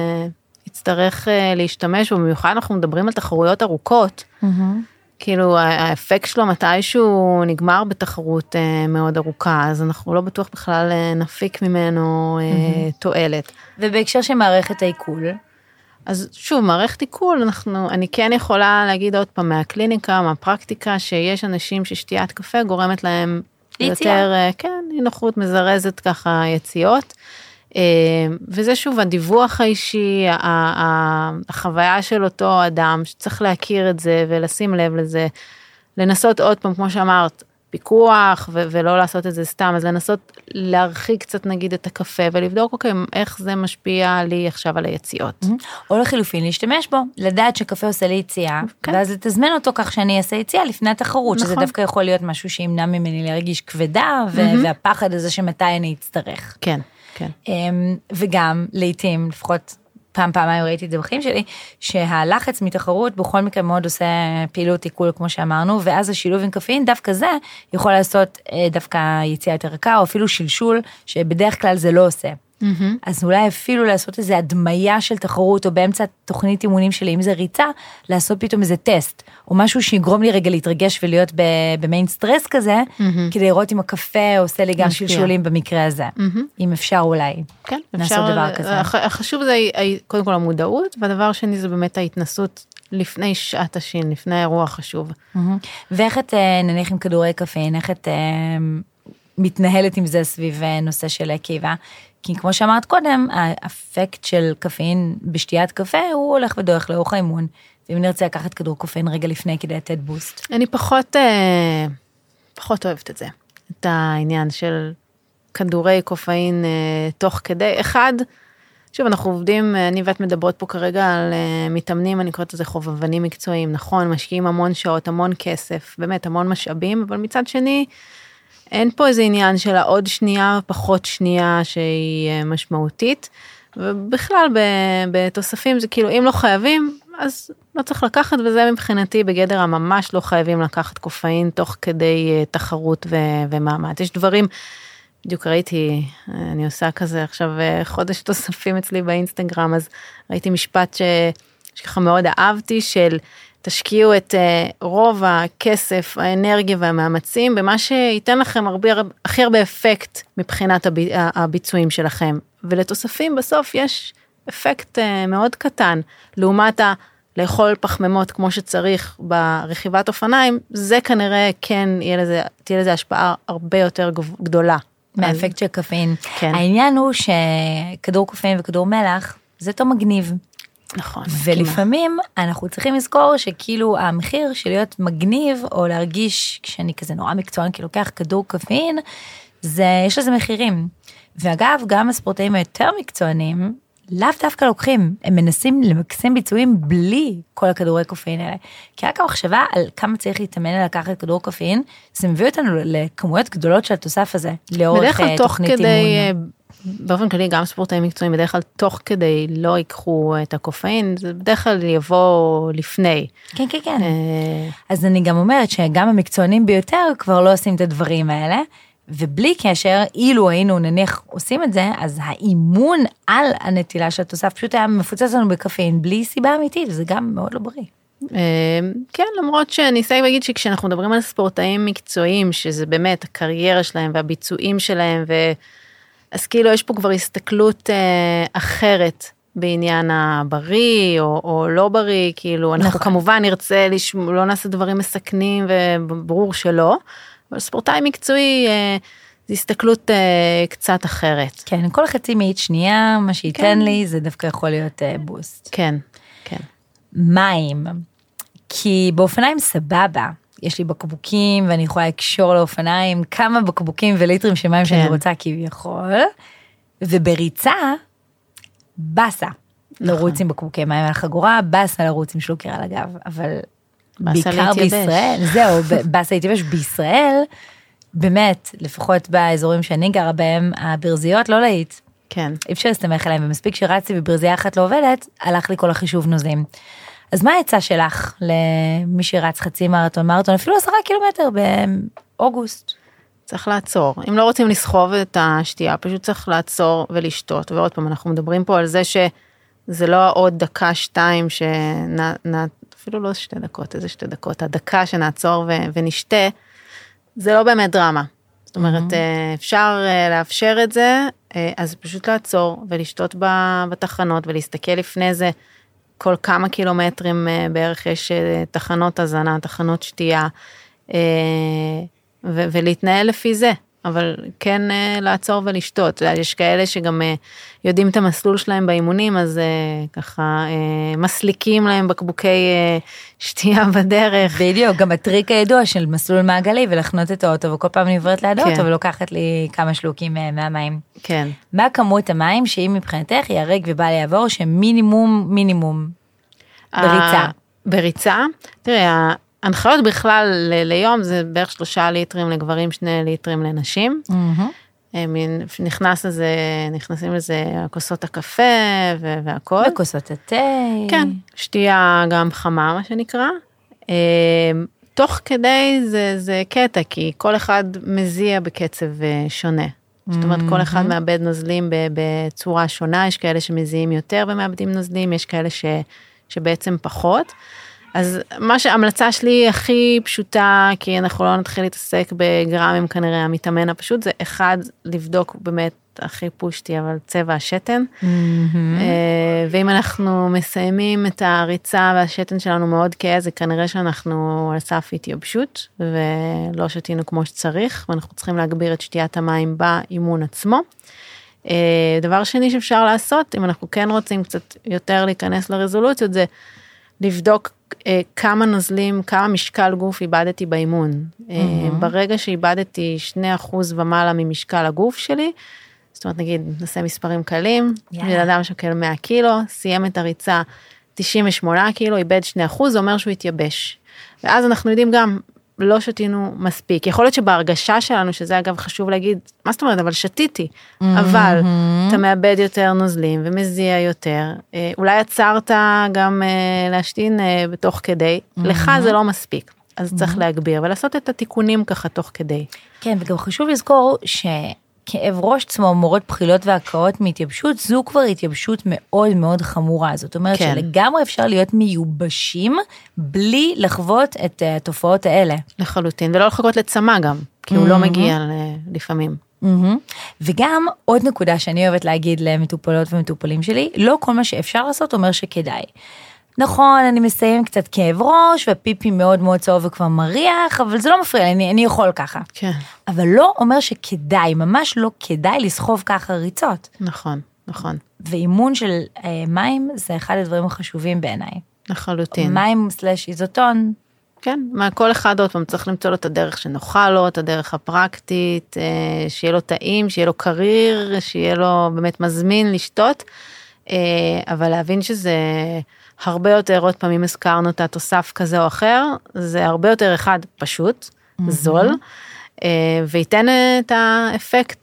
יצטרך להשתמש, ובמיוחד אנחנו מדברים על תחרויות ארוכות, כאילו האפקט שלו מתישהו נגמר בתחרות מאוד ארוכה, אז אנחנו לא בטוח בכלל נפיק ממנו תועלת. ובהקשר של מערכת העיכול, אז שוב, מערכת עיכול, אנחנו, אני כן יכולה להגיד עוד פעם מהקליניקה, מהפרקטיקה, שיש אנשים ששתיית קפה גורמת להם יותר, כן, נוחות מזרזת ככה יציאות, וזה שוב הדיווח האישי, החוויה של אותו אדם, שצריך להכיר את זה ולשים לב לזה, לנסות עוד פעם, כמו שאמרת, פיקוח ו- ולא לעשות את זה סתם, אז לנסות להרחיק קצת נגיד את הקפה ולבדוק אוקיי, איך זה משפיע לי עכשיו על היציאות. או לחילופין להשתמש בו, לדעת שקפה עושה לי יציאה, כן. ואז לתזמן אותו כך שאני אעשה יציאה לפני התחרות, נכון. שזה דווקא יכול להיות משהו שימנע ממני להרגיש כבדה, ו- mm-hmm. והפחד הזה שמתי אני אצטרך. כן, כן. וגם לעתים, לפחות פעם פעמיים ראיתי את זה בחיים שלי, שהלחץ מתחרות בכל מקרה מאוד עושה פעילות עיכול כמו שאמרנו, ואז השילוב עם קפאין דווקא זה יכול לעשות דווקא יציאה יותר רכה, או אפילו שלשול, שבדרך כלל זה לא עושה. Mm-hmm. אז אולי אפילו לעשות איזו הדמיה של תחרות, או באמצע תוכנית אימונים שלי, אם זה ריצה, לעשות פתאום איזה טסט, או משהו שיגרום לי רגע להתרגש ולהיות במיין סטרס כזה, mm-hmm. כדי לראות אם הקפה עושה לי גם שלשולים במקרה הזה. Mm-hmm. אם אפשר אולי, כן, לעשות אפשר, דבר כזה. החשוב זה קודם כל המודעות, והדבר שני זה באמת ההתנסות לפני שעת השין, לפני האירוע החשוב. Mm-hmm. ואיך את נניח עם כדורי קפאין, איך את מתנהלת עם זה סביב נושא של קיבה? כי כמו שאמרת קודם, האפקט של קפאין בשתיית קפה, הוא הולך ודוח לאורך האימון, ואם נרצה לקחת כדור קפאין רגע לפני כדי לתת בוסט. אני פחות, פחות אוהבת את זה, את העניין של כדורי קפאין תוך כדי. אחד, שוב, אנחנו עובדים, אני ואת מדברות פה כרגע על מתאמנים, אני קוראת לזה חובבנים מקצועיים, נכון, משקיעים המון שעות, המון כסף, באמת המון משאבים, אבל מצד שני, אין פה איזה עניין של העוד שנייה, פחות שנייה שהיא משמעותית, ובכלל בתוספים זה כאילו, אם לא חייבים, אז לא צריך לקחת, וזה מבחינתי בגדר הממש לא חייבים לקחת קופאין תוך כדי תחרות ומאמץ. יש דברים, בדיוק ראיתי, אני עושה כזה עכשיו חודש תוספים אצלי באינסטגרם, אז ראיתי משפט ש, שככה מאוד אהבתי, של תשקיעו את רוב הכסף, האנרגיה והמאמצים, במה שייתן לכם הרבה, הכי הרבה אפקט מבחינת הביצועים שלכם. ולתוספים בסוף יש אפקט מאוד קטן, לעומת ה... לאכול פחמימות כמו שצריך ברכיבת אופניים, זה כנראה כן יהיה לזה, תהיה לזה השפעה הרבה יותר גדולה. מהאפקט של קפאין. כן. העניין הוא שכדור קפאין וכדור מלח, זה אותו מגניב. נכון. ולפעמים אנחנו צריכים לזכור שכאילו המחיר של להיות מגניב, או להרגיש כשאני כזה נורא מקצוען, כי לוקח כדור קפאין, זה, יש לזה מחירים. ואגב, גם הספורטאים היותר מקצוענים, לאו דווקא לוקחים, הם מנסים למקסם ביצועים בלי כל הכדורי קפאין האלה. כי רק המחשבה על כמה צריך להתאמן על לקחת כדור קפאין, זה מביא אותנו לכמויות גדולות של התוסף הזה, לאורך תוכנית אימון. באופן כללי, גם ספורטאים מקצועיים, בדרך כלל תוך כדי לא ייקחו את הקופאין, זה בדרך כלל יבוא לפני. כן, כן, כן. אז אני גם אומרת שגם המקצוענים ביותר כבר לא עושים את הדברים האלה, ובלי קשר, אילו היינו נניח עושים את זה, אז האימון על הנטילה של התוסף פשוט היה מפוצץ לנו בקפאין, בלי סיבה אמיתית, וזה גם מאוד לא בריא. כן, למרות שאני אסייג להגיד שכשאנחנו מדברים על ספורטאים מקצועיים, שזה באמת הקריירה שלהם והביצועים שלהם, ו... אז כאילו יש פה כבר הסתכלות אחרת בעניין הבריא או, או לא בריא, כאילו אנחנו נכון. כמובן נרצה, לשמוע, לא נעשה דברים מסכנים וברור שלא, אבל ספורטאי מקצועי זה הסתכלות קצת אחרת. כן, כל חצי מאית שנייה, מה שייתן כן. לי זה דווקא יכול להיות בוסט. כן, כן. מים, כי באופניים סבבה, יש לי בקבוקים ואני יכולה לקשור לאופניים כמה בקבוקים וליטרים של מים כן. שאני רוצה כביכול, ובריצה, בסה, נכון. לרוץ עם בקבוקי מים על החגורה, בסה לרוץ עם שלוקר על הגב, אבל בעיקר בישראל, זהו, בסה להתייבש בישראל, באמת, לפחות באזורים שאני גרה בהם, הברזיות לא להיט. כן. אי אפשר להסתמך עליהם, ומספיק שרצתי וברזייה אחת לא עובדת, הלך לי כל החישוב נוזלים. אז מה העצה שלך למי שרץ חצי מרתון, מרתון, אפילו עשרה קילומטר באוגוסט? צריך לעצור. אם לא רוצים לסחוב את השתייה, פשוט צריך לעצור ולשתות. ועוד פעם, אנחנו מדברים פה על זה שזה לא עוד דקה, שתיים, שנע, נע, אפילו לא שתי דקות, איזה שתי דקות, הדקה שנעצור ו, ונשתה, זה לא באמת דרמה. זאת אומרת, mm-hmm. אפשר לאפשר את זה, אז פשוט לעצור ולשתות בתחנות ולהסתכל לפני זה, כל כמה קילומטרים בערך יש תחנות הזנה, תחנות שתייה, ו- ולהתנהל לפי זה, אבל כן לעצור ולשתות. יש כאלה שגם יודעים את המסלול שלהם באימונים, אז ככה מסליקים להם בקבוקי שתייה בדרך. בדיוק, גם הטריק הידוע של מסלול מעגלי, ולחנות את האוטו, וכל פעם אני עוברת ליד האוטו, כן. ולוקחת לי כמה שלוקים מהמים. כן. מה כמות המים שאם מבחינתך ייהרג ובל יעבור, שמינימום מינימום בריצה? בריצה? תראה, ההנחיות בכלל ל- ליום זה בערך שלושה ליטרים לגברים, שני ליטרים לנשים. Mm-hmm. נכנס לזה, נכנסים לזה כוסות הקפה ו- והכל. וכוסות התה. כן, שתייה גם חמה מה שנקרא. תוך כדי זה, זה קטע, כי כל אחד מזיע בקצב שונה. זאת אומרת, כל אחד מאבד נוזלים בצורה שונה, יש כאלה שמזיעים יותר ומאבדים נוזלים, יש כאלה ש, שבעצם פחות. אז מה שההמלצה שלי הכי פשוטה, כי אנחנו לא נתחיל להתעסק בגרמים כנראה, המתאמן הפשוט זה אחד, לבדוק באמת הכי פושטי, אבל צבע השתן. ואם אנחנו מסיימים את הריצה והשתן שלנו מאוד כהה, זה כנראה שאנחנו על סף התייבשות, ולא שתינו כמו שצריך, ואנחנו צריכים להגביר את שתיית המים באימון עצמו. דבר שני שאפשר לעשות, אם אנחנו כן רוצים קצת יותר להיכנס לרזולוציות, זה לבדוק כמה נוזלים, כמה משקל גוף איבדתי באימון. ברגע שאיבדתי שני אחוז ומעלה ממשקל הגוף שלי, זאת אומרת, נגיד, נעשה מספרים קלים, בן אדם שוקל מאה קילו, סיים את הריצה תשעים ושמונה קילו, איבד שני אחוז, זה אומר שהוא התייבש. ואז אנחנו יודעים גם, לא שתינו מספיק. יכול להיות שבהרגשה שלנו, שזה אגב חשוב להגיד, מה זאת אומרת, אבל שתיתי, אבל אתה מאבד יותר נוזלים ומזיע יותר, אולי עצרת גם להשתין בתוך כדי, לך זה לא מספיק, אז צריך להגביר ולעשות את התיקונים ככה תוך כדי. כן, וגם חשוב לזכור ש... כאב ראש, צמרמורות, בחילות והקאות מהתייבשות, זו כבר התייבשות מאוד מאוד חמורה. זאת אומרת כן. שלגמרי אפשר להיות מיובשים, בלי לחוות את התופעות האלה. לחלוטין, ולא לחכות לצמא גם, כי הוא mm-hmm. לא מגיע לפעמים. Mm-hmm. וגם עוד נקודה שאני אוהבת להגיד למטופלות ומטופלים שלי, לא כל מה שאפשר לעשות אומר שכדאי. נכון, אני מסיים קצת כאב ראש, והפיפי מאוד מאוד צהוב וכבר מריח, אבל זה לא מפריע, אני, אני יכול ככה. כן. אבל לא אומר שכדאי, ממש לא כדאי לסחוב ככה ריצות. נכון, נכון. ואימון של אה, מים זה אחד הדברים החשובים בעיניי. לחלוטין. מים סלש איזוטון. כן, מה כל אחד עוד פעם צריך למצוא לו את הדרך שנוחה לו, את הדרך הפרקטית, אה, שיהיה לו טעים, שיהיה לו קריר, שיהיה לו באמת מזמין לשתות, אה, אבל להבין שזה... הרבה יותר, עוד פעמים הזכרנו את התוסף כזה או אחר, זה הרבה יותר אחד פשוט, mm-hmm. זול, וייתן את האפקט,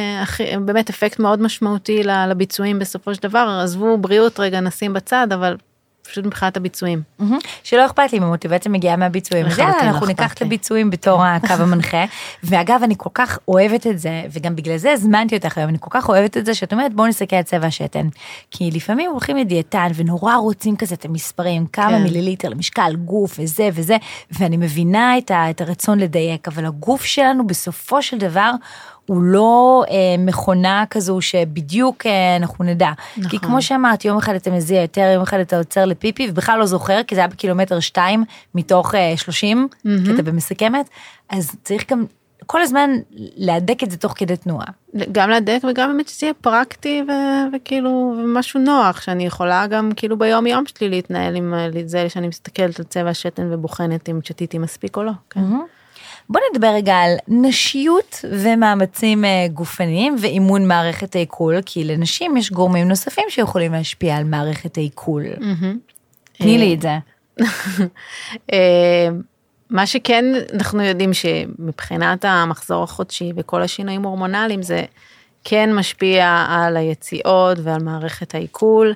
באמת אפקט מאוד משמעותי לביצועים בסופו של דבר, עזבו בריאות רגע נשים בצד, אבל פשוט מבחינת הביצועים. שלא אכפת לי, המוטיבציה מגיעה מהביצועים. אז יאללה, אנחנו ניקח את הביצועים בתור הקו המנחה, ואגב, אני כל כך אוהבת את זה, וגם בגלל זה הזמנתי אותך היום, אני כל כך אוהבת את זה, שאת אומרת, בואו נסתכל על צבע השתן. כי לפעמים הולכים לדיאטן, ונורא רוצים כזה את המספרים, כמה מיליליטר למשקל, גוף וזה וזה, ואני מבינה את הרצון לדייק, אבל הגוף שלנו בסופו של דבר, הוא לא אה, מכונה כזו שבדיוק אה, אנחנו נדע. נכון. כי כמו שאמרת, יום אחד אתה מזיע יותר, יום אחד אתה עוצר לפיפי, ובכלל לא זוכר, כי זה היה בקילומטר שתיים מתוך אה, שלושים, mm-hmm. כי אתה במסכמת, אז צריך גם כל הזמן להדק את זה תוך כדי תנועה. גם להדק וגם באמת שזה יהיה פרקטי ו- וכאילו משהו נוח, שאני יכולה גם כאילו ביום יום שלי להתנהל עם זה, שאני מסתכלת על צבע השתן ובוחנת אם שתיתי מספיק או לא. כן. Mm-hmm. בוא נדבר רגע על נשיות ומאמצים גופניים ואימון מערכת העיכול, כי לנשים יש גורמים נוספים שיכולים להשפיע על מערכת העיכול. תני לי את זה. מה שכן אנחנו יודעים שמבחינת המחזור החודשי וכל השינויים הורמונליים, זה כן משפיע על היציאות ועל מערכת העיכול.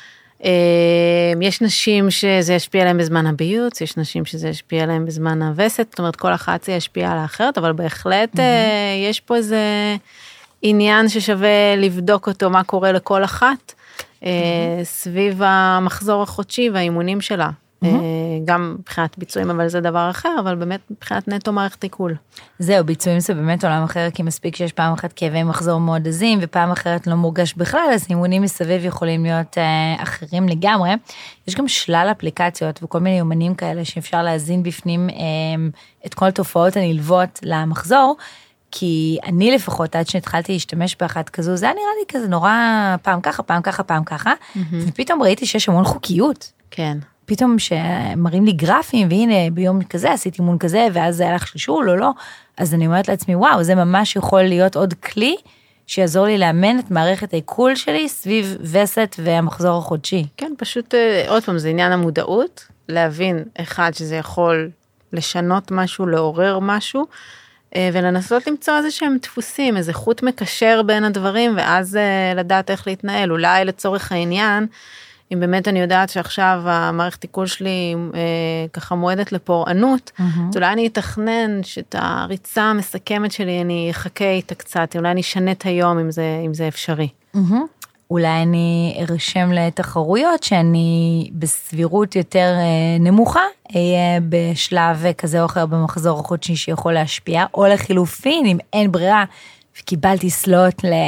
יש נשים שזה ישפיע עליהם בזמן הביוץ, יש נשים שזה ישפיע עליהם בזמן הווסת, זאת אומרת כל אחת זה ישפיע על האחרת, אבל בהחלט mm-hmm. יש פה איזה עניין ששווה לבדוק אותו, מה קורה לכל אחת, mm-hmm. סביב המחזור החודשי והאימונים שלה. Mm-hmm. גם מבחינת ביצועים, אבל זה דבר אחר, אבל באמת מבחינת נטו מערכת עיכול. זהו, ביצועים זה באמת עולם אחר, כי מספיק שיש פעם אחת כאבי מחזור מאוד עזים, ופעם אחרת לא מורגש בכלל, אז אימונים מסביב יכולים להיות אה, אחרים לגמרי. יש גם שלל אפליקציות וכל מיני אומנים כאלה שאפשר להזין בפנים אה, את כל תופעות הנלוות למחזור, כי אני לפחות, עד שהתחלתי להשתמש באחת כזו, זה היה נראה לי כזה נורא פעם ככה, פעם ככה, פעם ככה, mm-hmm. ופתאום ראיתי שיש המון חוקיות. כן. פתאום שמראים לי גרפים, והנה ביום כזה עשיתי אימון כזה, ואז זה הלך שלשול או לא, אז אני אומרת לעצמי, וואו, זה ממש יכול להיות עוד כלי, שיעזור לי לאמן את מערכת העיכול שלי, סביב וסת והמחזור החודשי. כן, פשוט עוד פעם, זה עניין המודעות, להבין אחד שזה יכול לשנות משהו, לעורר משהו, ולנסות למצוא איזה שהם דפוסים, איזה חוט מקשר בין הדברים, ואז לדעת איך להתנהל, אולי לצורך העניין, אם באמת אני יודעת שעכשיו המערכת עיכול שלי אה, ככה מועדת לפורענות, mm-hmm. אז אולי אני אתכנן שאת הריצה המסכמת שלי אני אחכה איתה קצת, אולי אני אשנה את היום אם זה, אם זה אפשרי. Mm-hmm. אולי אני ארשם לתחרויות שאני בסבירות יותר אה, נמוכה, אהיה בשלב כזה או אחר במחזור החודשי שיכול להשפיע, או לחילופין אם אין ברירה, וקיבלתי סלוט ל...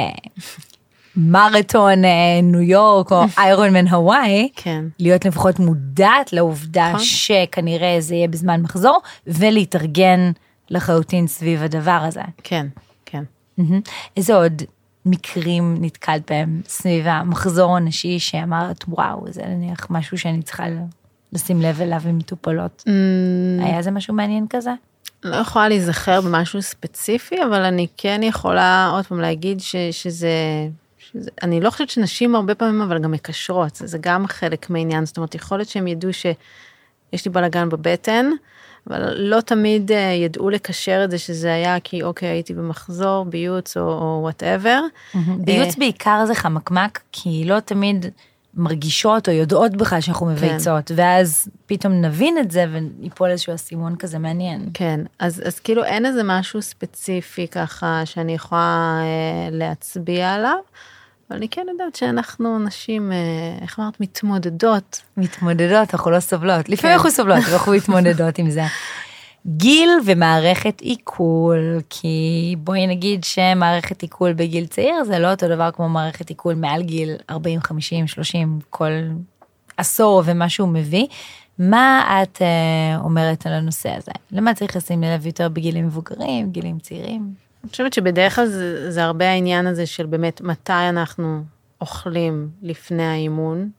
מרתון ניו יורק או איירון מן הוואי, כן. להיות לפחות מודעת לעובדה נכון. שכנראה זה יהיה בזמן מחזור, ולהתארגן לחלוטין סביב הדבר הזה. כן, כן. איזה עוד מקרים נתקלת בהם סביב המחזור הנשי שאמרת, וואו, זה נניח משהו שאני צריכה לשים לב אליו עם מטופלות. היה זה משהו מעניין כזה? לא יכולה להיזכר במשהו ספציפי, אבל אני כן יכולה עוד פעם להגיד ש, שזה... אני לא חושבת שנשים הרבה פעמים, אבל גם מקשרות, זה גם חלק מהעניין, זאת אומרת, יכול להיות שהם ידעו שיש לי בלגן בבטן, אבל לא תמיד ידעו לקשר את זה, שזה היה כי אוקיי, הייתי במחזור, ביוץ או whatever. ביוץ בעיקר זה חמקמק, כי לא תמיד מרגישות או יודעות בכלל שאנחנו מבייצות, ואז פתאום נבין את זה, וניפול איזשהו הסימון כזה מעניין. כן, אז, אז כאילו אין איזה משהו ספציפי ככה, שאני יכולה להצביע עליו, אבל אני כן יודעת שאנחנו נשים, איך אמרת, מתמודדות. מתמודדות, אנחנו לא סובלות. לפעמים אנחנו סובלות, אנחנו מתמודדות עם זה. גיל ומערכת עיכול, כי בואי נגיד שמערכת עיכול בגיל צעיר, זה לא אותו דבר כמו מערכת עיכול מעל גיל ארבעים, חמישים, שלושים, כל עשור ומה שהוא מביא. מה את אומרת על הנושא הזה? למה צריך לשים לב יותר בגילים מבוגרים, גילים צעירים? אני חושבת שבדרך כלל זה, זה הרבה העניין הזה של באמת מתי אנחנו אוכלים לפני האימון,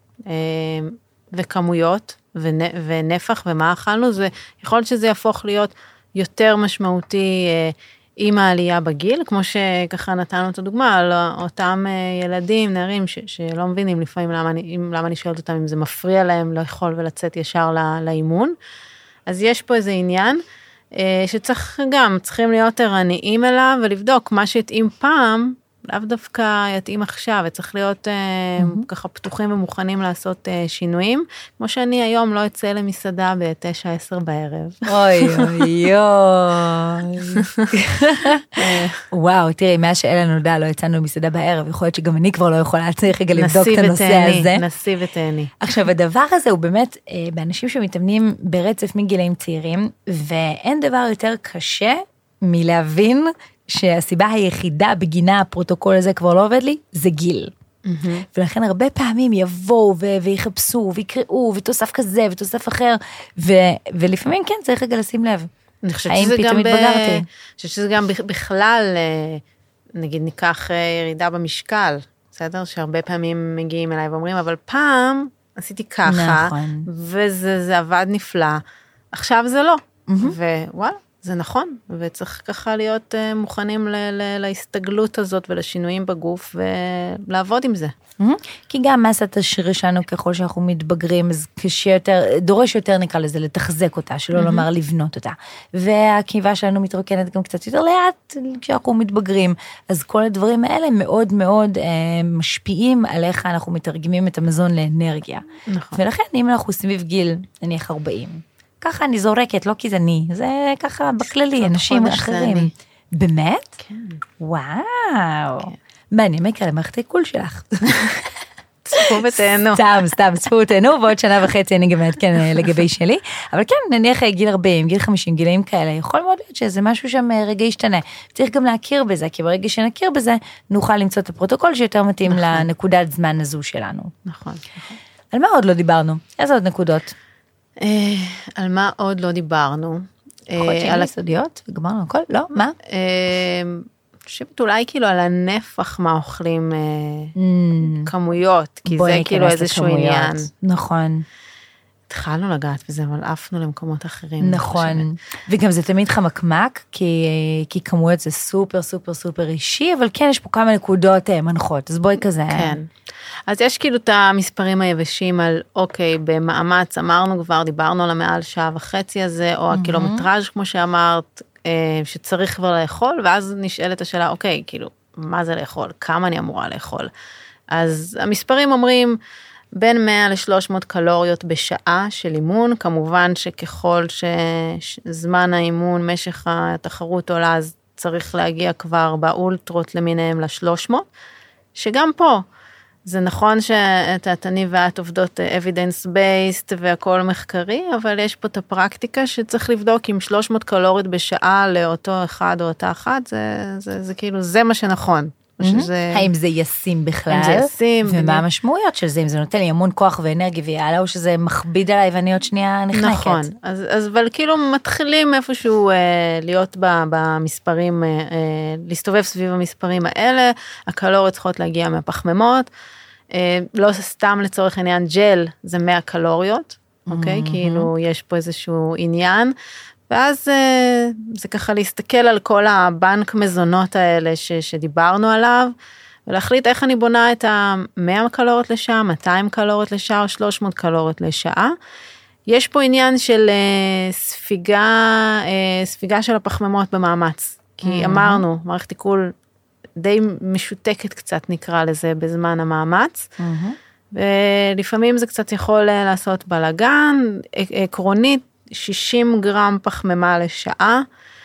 וכמויות, ונפח, ומה אכלנו, זה יכול להיות שזה יהפוך להיות יותר משמעותי עם העלייה בגיל, כמו שככה נתנו את הדוגמה, על אותם ילדים, נערים, ש, שלא מבינים לפעמים למה אני, למה אני שואלת אותם, אם זה מפריע להם לאכול ולצאת ישר לא, לאימון. אז יש פה איזה עניין, שצריך גם, צריכים להיות ערניים אליו, ולבדוק מה שהתאים פעם, לאו דווקא יתאים עכשיו, וצריך להיות mm-hmm. ככה פתוחים ומוכנים לעשות שינויים, כמו שאני היום לא אצא למסעדה ב-תשע עשר בערב. אוי אוי אוי. וואו, תראי, מאז שאלה נודע לא יצאנו למסעדה בערב, יכול להיות שגם אני כבר לא יכולה, צריך רגע לבדוק את הנושא הזה. נסי ותהני. עכשיו, הדבר הזה הוא באמת, באנשים שמתאמנים ברצף מגילאים צעירים, ואין דבר יותר קשה מלהבין שהסיבה היחידה בגינה הפרוטוקול הזה כבר לא עובד לי, זה גיל. Mm-hmm. ולכן הרבה פעמים יבואו ו- ויחפשו ויקראו ותוסף כזה ותוסף אחר, ו- ולפעמים כן צריך רגע לשים לב. אני חושבת שזה גם, ב- אני חושבת שזה גם בכלל, נגיד ניקח ירידה במשקל, בסדר? שהרבה פעמים מגיעים אליי ואומרים, אבל פעם עשיתי ככה, נכון. וזה זה עבד נפלא, עכשיו זה לא. Mm-hmm. ווואלה. זה נכון, וצריך ככה להיות מוכנים ל- ל- להסתגלות הזאת ולשינויים בגוף ולעבוד עם זה. כי גם מסת השריר שלנו ככל שאנחנו מתבגרים, אז קשה יותר, דורש יותר נקרא לזה, לתחזק אותה, שלא לומר לבנות אותה. והקיבה שלנו מתרוקנת גם קצת יותר לאט כשאנחנו מתבגרים. אז כל הדברים האלה מאוד מאוד אה, משפיעים על איך אנחנו מתרגמים את המזון לאנרגיה. נכון. ולכן אם אנחנו סביב גיל, נניח ארבעים, ככה אני זורקת, לא כי זה אני, זה ככה בכללי, אנשים אחרים. באמת? כן. וואו. מעניין, מה יקרה למערכת העיכול שלך? צפו ותהנו. סתם, סתם, צפו ותהנו, ועוד שנה וחצי אני גם מעדכן לגבי שלי. אבל כן, נניח גיל ארבעים, גיל חמישים, גילאים כאלה, יכול מאוד להיות שזה משהו שם רגע ישתנה. צריך גם להכיר בזה, כי ברגע שנכיר בזה, נוכל למצוא את הפרוטוקול שיותר מתאים לנקודת זמן הזו שלנו. נכון. על מה עוד לא דיברנו? איזה עוד נקודות? על מה עוד לא דיברנו? יכול להיות שהן יסודיות? וגמרנו הכל? לא? מה? אני חושבת אולי כאילו על הנפח מה אוכלים כמויות, כי זה כאילו איזשהו עניין. נכון. התחלנו לגעת בזה, אבל עפנו למקומות אחרים. נכון. וגם זה תמיד חמקמק, כי, כי כמויות זה סופר סופר סופר אישי, אבל כן יש פה כמה נקודות מנחות, אז בואי כזה. כן. אז יש כאילו את המספרים היבשים על, אוקיי, במאמץ אמרנו כבר, דיברנו על המעל שעה וחצי הזה, או הקילומטראז' כמו שאמרת, שצריך כבר לאכול, ואז נשאלת השאלה, אוקיי, כאילו, מה זה לאכול? כמה אני אמורה לאכול? אז המספרים אומרים, בין מאה ל-שלוש מאות קלוריות בשעה של אימון, כמובן שככל שזמן האימון, משך התחרות עולה, אז צריך להגיע כבר באולטרות למיניהם ל-שלוש מאות, שגם פה, זה נכון שאת אני ואת עובדות evidence based והכל מחקרי, אבל יש פה את הפרקטיקה שצריך לבדוק עם שלוש מאות קלוריות בשעה לאותו אחד או אותה אחת, זה, זה, זה כאילו, זה מה שנכון. שזה... האם זה ישים בכלל? האם זה ישים? ומה המשמעויות של זה? אם זה נותן לי המון כוח ואנרגיה ויעלה, או שזה מכביד עליי ואני עוד שנייה נחנקת? נכון, אז, אז אבל כאילו מתחילים איפשהו אה, להיות ב, במספרים, אה, אה, להסתובב סביב המספרים האלה, הקלוריות צריכות להגיע מהפחמימות, אה, לא סתם לצורך עניין ג'ל, זה מאה קלוריות, אוקיי? Mm-hmm. כאילו יש פה איזשהו עניין, ואז זה ככה להסתכל על כל הבנק מזונות האלה ש, שדיברנו עליו, ולהחליט איך אני בונה את ה-מאה קלוריות לשעה, מאתיים קלוריות לשעה או שלוש מאות קלוריות לשעה. יש פה עניין של ספיגה, ספיגה של הפחמימות במאמץ, כי mm-hmm. אמרנו, מערכת עיכול די משותקת קצת נקרא לזה בזמן המאמץ, mm-hmm. ולפעמים זה קצת יכול לעשות בלגן, עקרונית, שישים גרם פחמימה לשעה,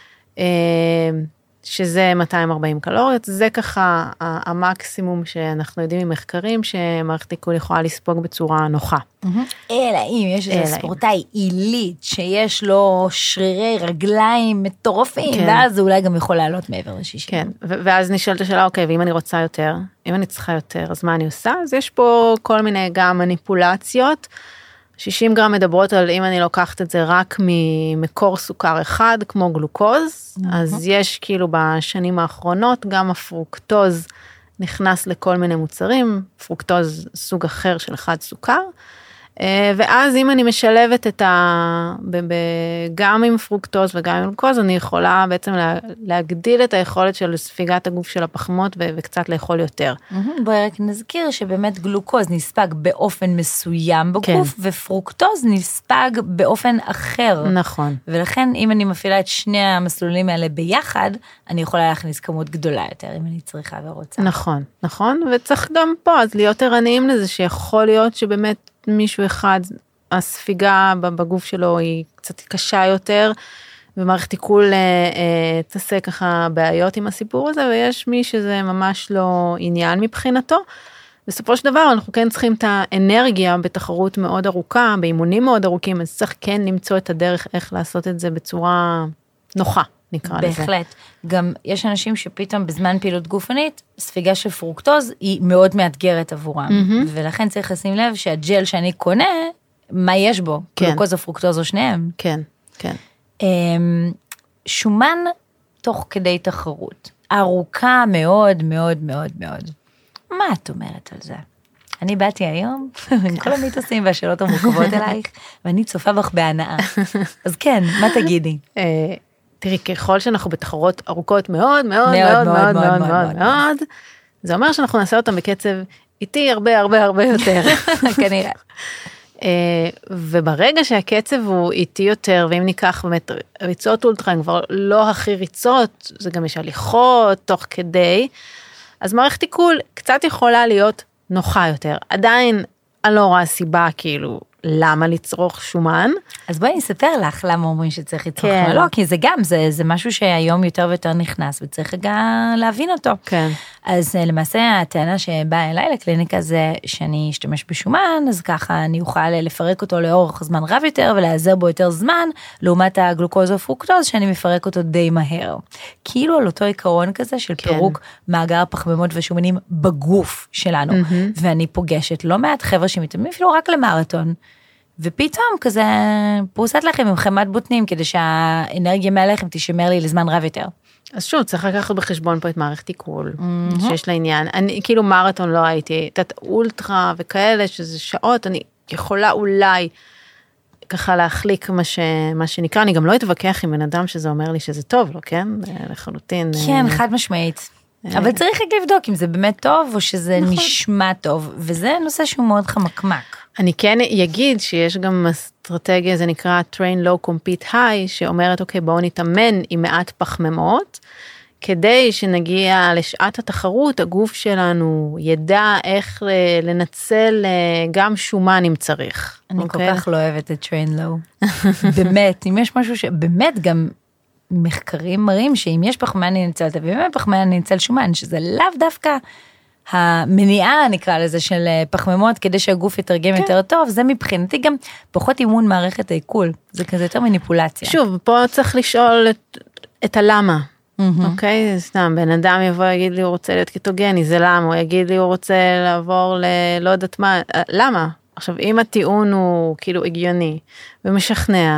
שזה מאתיים וארבעים קלוריות, זה ככה המקסימום שאנחנו יודעים ממחקרים, שמערכת עיכול יכולה לספוג בצורה נוחה. אלא אם יש איזה ספורטאי עילית, שיש לו שרירי רגליים מטורפים, ואז זה אולי גם יכול לעלות מעבר ל-שישים. כן, ואז נשאלת השאלה, אוקיי, ואם אני רוצה יותר, אם אני צריכה יותר, אז מה אני עושה? אז יש פה כל מיני גם מניפולציות, שישים גרם מדברות על אם אני לוקחת את זה רק ממקור סוכר אחד, כמו גלוקוז, אז יש כאילו בשנים האחרונות, גם הפרוקטוז נכנס לכל מיני מוצרים, פרוקטוז סוג אחר של חד סוכר, ואז אם אני משלבת את ה... גם עם פרוקטוז וגם עם גלוקוז, אני יכולה בעצם להגדיל את היכולת של ספיגת הגוף של הפחמות וקצת לאכול יותר. בואי רק נזכיר שבאמת גלוקוז נספג באופן מסוים בגוף, ופרוקטוז נספג באופן אחר. נכון. ולכן אם אני מפעילה את שני המסלולים האלה ביחד, אני יכולה להכניס כמות גדולה יותר, אם אני צריכה ורוצה. נכון, נכון, וצריך גם פה, אז להיות ערניים לזה, שיכול להיות שבאמת מישהו אחד, הספיגה בגוף שלו היא קצת קשה יותר, ומערכת עיכול אה, אה, תעשה ככה בעיות עם הסיפור הזה, ויש מי שזה ממש לא עניין מבחינתו. בסופו של דבר אנחנו כן צריכים את האנרגיה בתחרות מאוד ארוכה, באימונים מאוד ארוכים, אז צריך כן למצוא את הדרך איך לעשות את זה בצורה נוחה, נקרא לזה. בהחלט. גם יש אנשים שפתאום בזמן פעילות גופנית, ספיגה של פרוקטוז היא מאוד מאתגרת עבורם, mm-hmm. ולכן צריך לשים לב שהג'ל שאני קונה, מה יש בו? כן. גלוקוז או פרוקטוז או שניהם. כן, כן. שומן תוך כדי תחרות, ארוכה מאוד מאוד מאוד מאוד. מה את אומרת על זה? אני באתי היום, עם כל המיתוסים והשאלות המורכבות אלייך, ואני צופה בך בהנאה. אז כן, מה תגידי? תראי, ככל שאנחנו בתחרות ארוכות מאוד, מאוד, מאוד, מאוד, מאוד, מאוד, מאוד, זה אומר שאנחנו נעשה אותם בקצב איטי הרבה, הרבה, הרבה יותר. כנראה. וברגע שהקצב הוא איטי יותר, ואם ניקח באמת ריצות אולטרה, הם כבר לא הכי ריצות, זה גם יש הליכות, תוך כדי, אז מערכת עיכול קצת יכולה להיות נוחה יותר. עדיין, אני לא רואה סיבה, כאילו, למה לצרוך שומן. אז בואי נספר לך למה אומרים שצריך לצרוך כן. שומן. לא, כי זה גם, זה, זה משהו שהיום יותר ויותר נכנס, וצריך גם להבין אותו. כן. אז למעשה הטענה שבאה אליי לקליניקה זה שאני אשתמש בשומן, אז ככה אני אוכל לפרק אותו לאורך זמן רב יותר, ולהיעזר בו יותר זמן, לעומת הגלוקוז או פרוקטוז, שאני מפרק אותו די מהר. כאילו על אותו עיקרון כזה של כן. פירוק מאגר פחמימות ושומנים בגוף שלנו. Mm-hmm. ואני פוגשת לא מעט חבר'ה שמתאמנים אפילו רק למרתון, ופתאום כזה פרוסת לחם עם חמת בוטנים, כדי שהאנרגיה מהלחם תשמר לי לזמן רב יותר. אז שוב, צריך לקחת בחשבון פה את מערכת עיכול, mm-hmm. שיש לה עניין. אני, כאילו מרתון לא הייתי, תת אולטרה וכאלה, שזה שעות, אני יכולה אולי ככה להחליק מה, ש, מה שנקרא, אני גם לא אתווכח עם בן אדם שזה אומר לי שזה טוב, לא כן? לחלוטין. כן, חד משמעית. אבל צריך לבדוק אם זה באמת טוב, או שזה נכון. נשמע טוב, וזה נושא שהוא מאוד חמקמק. אני כן אגיד שיש גם אסטרטגיה, זה נקרא train low compete high, שאומרת, אוקיי, בואו נתאמן עם מעט פחמימות, כדי שנגיע לשעת התחרות, הגוף שלנו ידע איך לנצל גם שומן אם צריך. אני אוקיי? כל כך לא אוהבת את train low. באמת, אם יש משהו שבאמת גם מחקרים מראים, שאם יש פחמן אני ננצל, ואם אין פחמן אני ננצל שומן, שזה לאו דווקא המניעה נקרא לזה של פחמימות, כדי שהגוף יתרגם יותר טוב, זה מבחינתי גם פחות אימון מערכת העיכול, זה כזה יותר מניפולציה. שוב, פה צריך לשאול את, את הלמה, אוקיי? סתם, בן אדם יבוא, יגיד לי, הוא רוצה להיות קטוגני, זה למה? הוא יגיד לי, הוא רוצה לעבור ללא יודעת מה, למה? עכשיו, אם הטיעון הוא כאילו הגיוני ומשכנע,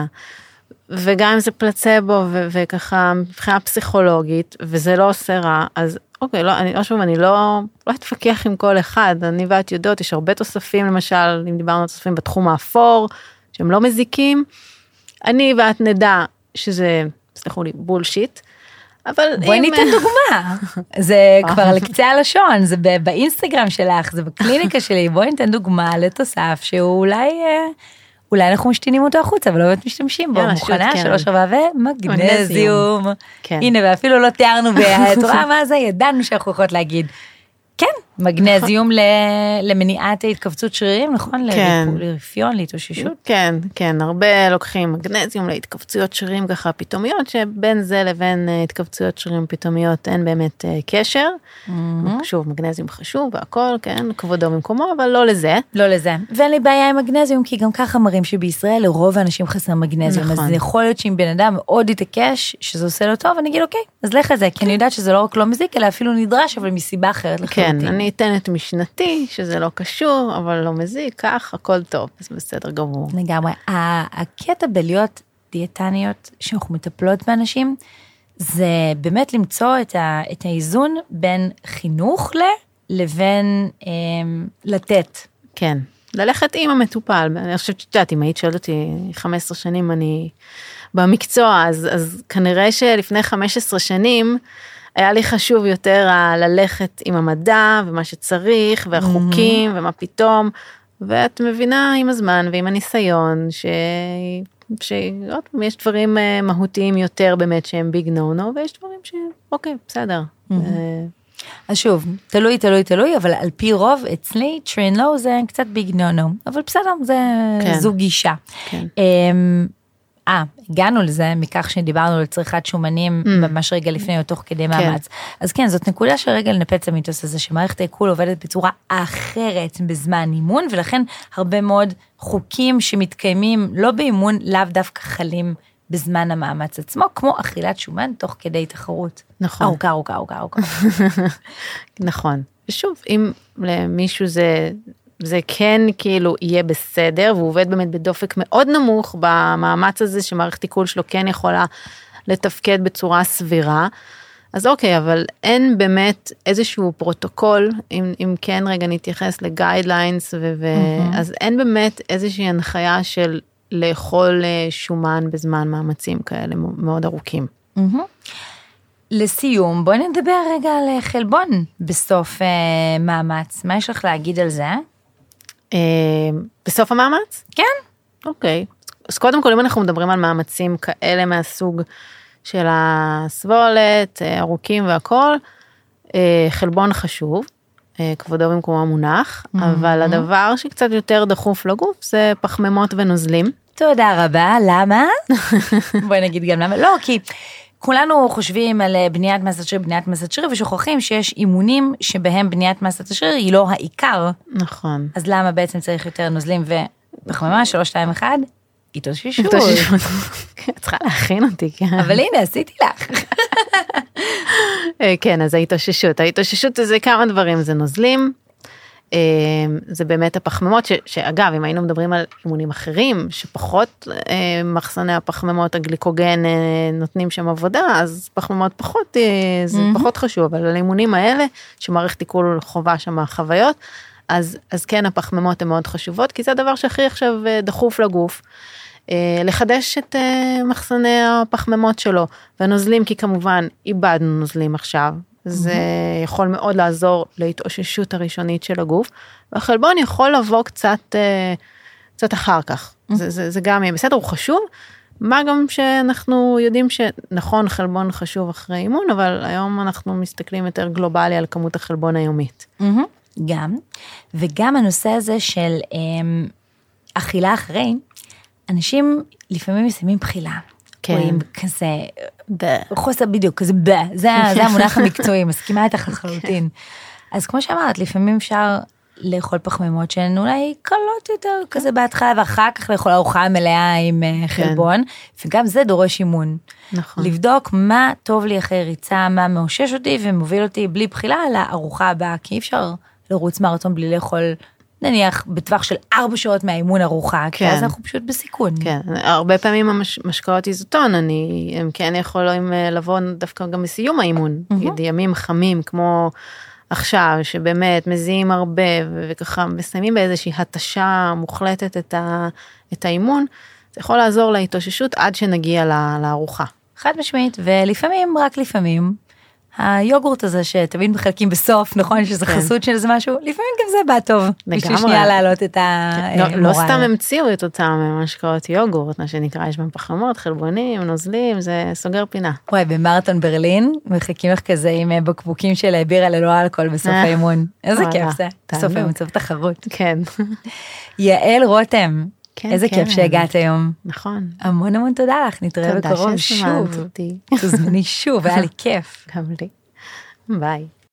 וגם אם זה פלצבו וככה מבחינה פסיכולוגית, וזה לא עושה רע, אז אוקיי, לא, אני לא שוב, אני לא, לא אתפקח עם כל אחד, אני ואת יודעות, יש הרבה תוספים, למשל, אם דיברנו על תוספים בתחום האפור, שהם לא מזיקים, אני ואת נדע שזה, סליחו לי, בולשיט, אבל בואי ניתן דוגמה, זה כבר על קצה הלשון, זה באינסטגרם שלך, זה בקליניקה שלי, בואי ניתן דוגמה לתוסף שהוא אולי... אולי אנחנו משתינים אותו החוצה, אבל לא באמת משתמשים בו, מוכנה, שלוש רבע ומגנזיום. הנה, ואפילו לא תיארנו, ואת רואה מה זה, ידענו שאנחנו יכולות להגיד. כן, מגנזיום למניעת ההתכווצות שרירים, נכון? לרפיון, להתאוששות. כן, כן, הרבה לוקחים מגנזיום להתכווצויות שרירים ככה פתאומיות, שבין זה לבין התכווצויות שרירים פתאומיות אין באמת קשר. שוב, מגנזיום חשוב והכל, כן, כבודו במקומו, אבל לא לזה. לא לזה. ואין לי בעיה עם מגנזיום, כי גם ככה מראים שבישראל לרוב האנשים חסרים מגנזיום, אז זה יכול להיות שאם בן אדם מאוד יתעקש, שזה עושה לו טוב, אני אגיד אוקיי, אז לך לזה, כי אני יודעת שזה לא רק לא מזיק, אלא אפילו נדרש, אבל מסיבה אחרת לחלוטין. אני אתן את משנתי, שזה לא קשור, אבל לא מזיק, כך, הכל טוב, אז בסדר גמור. לגמרי. הקטע בלהיות דיאטניות, שאנחנו מטפלות באנשים, זה באמת למצוא את, ה, את האיזון בין חינוך ל, לבין אה, לתת. כן, ללכת עם המטופל. אני חושבת שאת, אם היית שואלת אותי חמש עשרה שנים, אני במקצוע, אז, אז כנראה שלפני חמש עשרה שנים, היה לי חשוב יותר ללכת עם המדע ומה שצריך והחוקים ומה פתאום, ואת מבינה עם הזמן ועם הניסיון ש... שעוד פעם יש דברים מהותיים יותר באמת שהם ביג נו נו, ויש דברים שאוקיי, בסדר. אז שוב, תלוי, תלוי, תלוי, אבל על פי רוב אצלי, train low זה קצת ביג נו נו, אבל בסדר, זה זו גישה. כן. אה, הגענו לזה מכך שדיברנו על צריכת שומנים mm. ממש רגע לפני או תוך כדי מאמץ. כן. אז כן, זאת נקודה שרגע לנפץ המיתוס הזה, שמערכת העיכול עובדת בצורה אחרת בזמן אימון, ולכן הרבה מאוד חוקים שמתקיימים לא באימון, לאו דווקא חלים בזמן המאמץ עצמו, כמו אכילת שומן תוך כדי תחרות. נכון. ארוכה, ארוכה, ארוכה, ארוכה. נכון. ושוב, אם למישהו זה... זה כן כאילו יהיה בסדר, והוא עובד באמת בדופק מאוד נמוך, במאמץ הזה שמערכת עיכול שלו כן יכולה לתפקד בצורה סבירה, אז אוקיי, אבל אין באמת איזשהו פרוטוקול, אם, אם כן רגע נתייחס לגיידליינס, ו- mm-hmm. אז אין באמת איזושהי הנחיה של לאכול שומן בזמן מאמצים כאלה מאוד ארוכים. לסיום, בואי נדבר רגע על חלבון בסוף מאמץ. מה יש לך להגיד על זה? בסוף המאמץ? כן. אוקיי. אז קודם כל, אם אנחנו מדברים על מאמצים כאלה מהסוג של הסבולת, ארוכים והכל, חלבון חשוב, כבודו במקומו מונח, אבל הדבר שקצת יותר דחוף לגוף זה פחמימות ונוזלים. תודה רבה, למה? בואי נגיד גם למה, לא, כי כולנו חושבים על בניית מסת שריר, בניית מסת שריר, ושוכחים שיש אימונים שבהם בניית מסת השריר היא לא העיקר. נכון. אז למה בעצם צריך יותר נוזלים ופחמימה, שלוש, שתיים, אחד? התאוששות. התאוששות. צריכה להכין אותי, כן. אבל הנה, עשיתי לך. כן, אז ההתאוששות. ההתאוששות זה כמה דברים, זה נוזלים, זה באמת הפחמימות, ש, שאגב, אם היינו מדברים על אימונים אחרים, שפחות מחסני הפחמימות, הגליקוגן נותנים שם עבודה, אז פחמימות פחות, זה mm-hmm. פחות חשוב, אבל על האימונים האלה, שמערכת עיכול חובה שם החוויות, אז, אז כן, הפחמימות הן מאוד חשובות, כי זה הדבר שהכי עכשיו דחוף לגוף, לחדש את מחסני הפחמימות שלו, והנוזלים, כי כמובן איבדנו נוזלים עכשיו, זה mm-hmm. יכול מאוד לעזור להתאוששות הראשונית של הגוף, והחלבון יכול לבוא קצת, קצת אחר כך, mm-hmm. זה, זה, זה גם יהיה בסדר, הוא חשוב, מה גם שאנחנו יודעים שנכון, חלבון חשוב אחרי אימון, אבל היום אנחנו מסתכלים יותר גלובלי על כמות החלבון היומית. Mm-hmm. גם, וגם הנושא הזה של אמ, אכילה אחרי, אנשים לפעמים מסיימים בחילה, כן. רואים כזה, חוסר בדיוק, כזה ב, זה, זה המונח המקצועי, מסכימה איתך לחלוטין. אז כמו שאמרת, לפעמים אפשר לאכול פחמימות שהן אולי קלות יותר, כזה בהתחלה, ואחר כך לאכול ארוחה מלאה עם חלבון, וגם זה דורש אימון. נכון. לבדוק מה טוב לי אחרי ריצה, מה מאושש אותי ומוביל אותי בלי בחילה לארוחה הבאה, כי אי אפשר לרוץ מרתון בלי לאכול, נניח בטווח של ארבע שעות מהאימון ארוחה, כי אז אנחנו פשוט בסיכון. כן, הרבה פעמים המשקאות איזוטון, אני, הם כן יכולים לבוא דווקא גם בסיום האימון, ימים חמים כמו עכשיו, שבאמת מזיעים הרבה, וככה מסיימים באיזושהי התשה מוחלטת את, ה, את האימון, זה יכול לעזור להתאוששות עד שנגיע לארוחה. חד משמעית, ולפעמים, רק לפעמים, היוגורט הזה שתמיד מחלקים בסוף, נכון שזה כן. חסות של זה משהו, לפעמים גם זה בא טוב, בשביל שנייה להעלות את המורל. לא, לא סתם המציאו את אותם משקאות יוגורט, מה שנקרא, יש בהם פחמימות, חלבונים, נוזלים, זה סוגר פינה. וואי, במרתון ברלין, מחכים לך כזה עם בקבוקים של בירה ללא אלכוהול בסוף האימון. איזה כיף זה, בסוף האימון, בסוף תחרות. כן. יעל רותם, כן, איזה כן. כיף שהגעת היום. נכון. המון המון תודה לך, נתראה בקרוב שוב. תודה שהזמנת אותי. תוזמני שוב, היה לי כיף. גם לי. ביי.